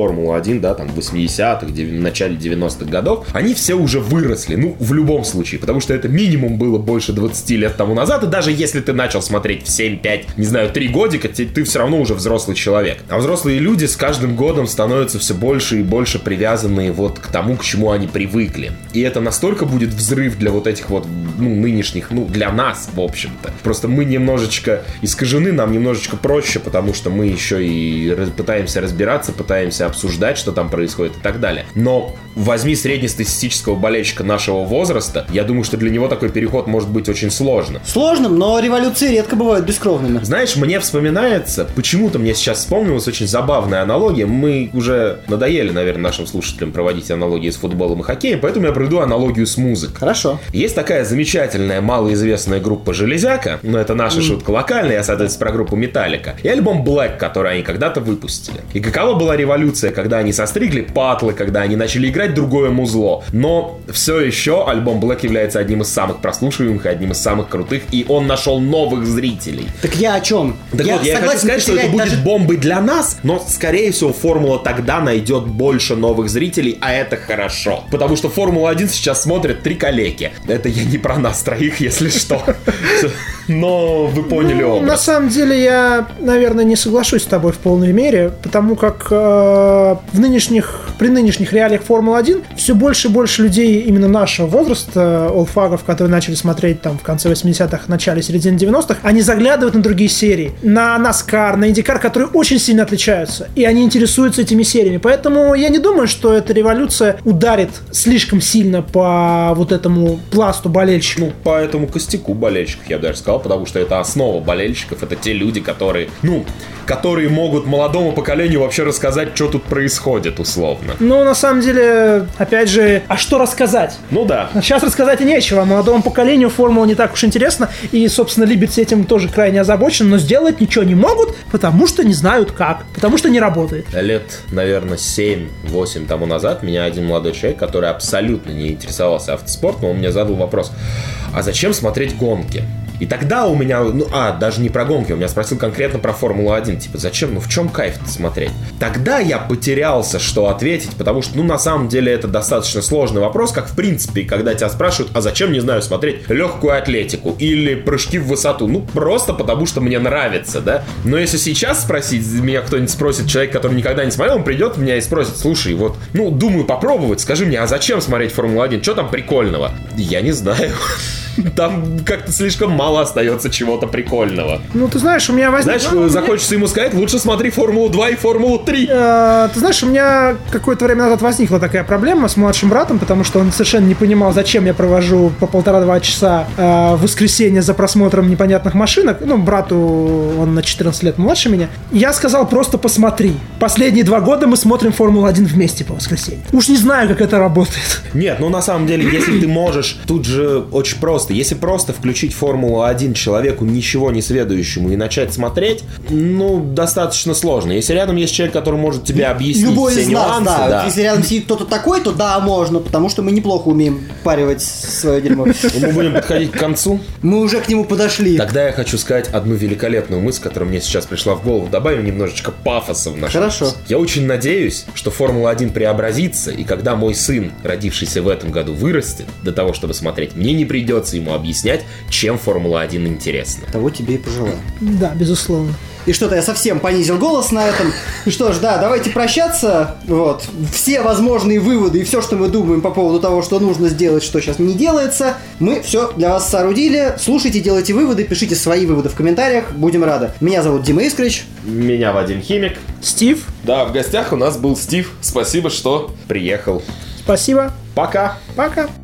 Формулу один, да, там, в восьмидесятых, в начале девяностых годов, они все уже выросли, ну, в любом случае, потому что это минимум было больше двадцати лет тому назад, и даже если ты начал смотреть в семь, пять, не знаю, три годика, ты, ты все равно уже взрослый человек. А взрослые люди с каждым годом становятся все больше и больше привязанные вот к тому, к чему они привыкли. И это настолько будет взрыв для вот этих вот, ну, нынешних, ну, для нас, в общем-то. Просто мы немножечко искажены, нам немножечко проще, потому что мы еще и пытаемся разбираться, пытаемся обсуждать, что там происходит и так далее. Но возьми среднестатистического болельщика нашего возраста, я думаю, что для него такой переход может быть очень сложно. Сложным, но революции редко бывают бескровными. Знаешь, мне вспоминается, почему-то мне сейчас вспомнилась очень забавная аналогия. Мы уже надоели, наверное, нашим слушателям проводить аналогии с футболом и хоккеем, поэтому я проведу аналогию с музыкой. Хорошо. Есть такая замечательная, малоизвестная группа «Железяка», но это наша mm. шутка локальная, я, соответственно, про группу «Металлика», и альбом «Black», который они когда-то выпустили. И какова была революция, когда они состригли патлы, когда они начали играть другое музло. Но все еще альбом «Black» является одним из самых прослушиваемых и одним из самых крутых, и он нашел новых зрителей. Так я о чем? Так я вот, я хочу сказать, что это будет даже... бомбой для нас, но, скорее всего, Формула тогда найдет больше новых зрителей, а это хорошо. Потому что Формулу один сейчас смотрят три калеки. Это я не про нас троих, если что. Но вы поняли ну, образ. На самом деле я, наверное, не соглашусь с тобой в полной мере, потому как э, в нынешних, при нынешних реалиях Формулы один все больше и больше людей именно нашего возраста, олдфагов, которые начали смотреть там в конце восьмидесятых, начале, середине девяностых, они заглядывают на другие серии, на NASCAR, на IndyCar, которые очень сильно отличаются, и они интересуются этими сериями. Поэтому я не думаю, что эта революция ударит слишком сильно по вот этому пласту болельщиков. Ну, по этому костяку болельщиков, я бы даже сказал, потому что это основа болельщиков, это те люди, которые, ну, которые могут молодому поколению вообще рассказать, что тут происходит, условно. Ну, на самом деле, опять же, а что рассказать? Ну да. Сейчас рассказать и нечего. Молодому поколению формула не так уж интересна, и, собственно, Liberty этим тоже крайне озабочен, но сделать ничего не могут, потому что не знают как, потому что не работает. Лет, наверное, семь-восемь тому назад меня один молодой человек, который абсолютно не интересовался автоспортом, он мне задал вопрос: а зачем смотреть гонки? И тогда у меня, ну, а, даже не про гонки, он меня спросил конкретно про Формулу один, типа, зачем, ну, в чем кайф-то смотреть? Тогда я потерялся, что ответить, потому что, ну, на самом деле, это достаточно сложный вопрос, как, в принципе, когда тебя спрашивают, а зачем, не знаю, смотреть легкую атлетику или прыжки в высоту? Ну, просто потому что мне нравится, да? Но если сейчас спросить, меня кто-нибудь спросит, человек, который никогда не смотрел, он придет меня и спросит: слушай, вот, ну, думаю попробовать, скажи мне, а зачем смотреть Формулу один? Что там прикольного? Я не знаю. Там как-то слишком мало остается чего-то прикольного. Ну, ты знаешь, у меня возник... Знаешь, ну, захочется ему сказать, лучше смотри Формулу два и Формулу три. Э, ты знаешь, у меня какое-то время назад возникла такая проблема с младшим братом, потому что он совершенно не понимал, зачем я провожу по полтора-два часа э, в воскресенье за просмотром непонятных машинок. Ну, брату, он на четырнадцать лет младше меня. Я сказал: просто посмотри. Последние два года мы смотрим Формулу один вместе по воскресеньям. Уж не знаю, как это работает. Нет, ну на самом деле, если ты можешь, тут же очень просто. Если просто включить Формулу один человеку, ничего не сведущему, и начать смотреть, ну, достаточно сложно. Если рядом есть человек, который может тебе объяснить Любой все из нас, нюансы, да. да. Если рядом сидит кто-то такой, то да, можно, потому что мы неплохо умеем паривать свое дерьмо. Мы будем подходить к концу. Мы уже к нему подошли. Тогда я хочу сказать одну великолепную мысль, которая мне сейчас пришла в голову. Добавим немножечко пафоса в наш Хорошо. выпуск. Я очень надеюсь, что Формула один преобразится, и когда мой сын, родившийся в этом году, вырастет до того, чтобы смотреть, мне не придется ему объяснять, чем Формула один интересна. Того тебе и пожелаю. Да, безусловно. И что-то я совсем понизил голос на этом. И что ж, да, давайте прощаться. Вот. Все возможные выводы и все, что мы думаем по поводу того, что нужно сделать, что сейчас не делается, мы все для вас соорудили. Слушайте, делайте выводы, пишите свои выводы в комментариях. Будем рады. Меня зовут Дима Искрич. Меня Вадим Химик. Стив. Да, в гостях у нас был Стив. Спасибо, что приехал. Спасибо. Пока. Пока.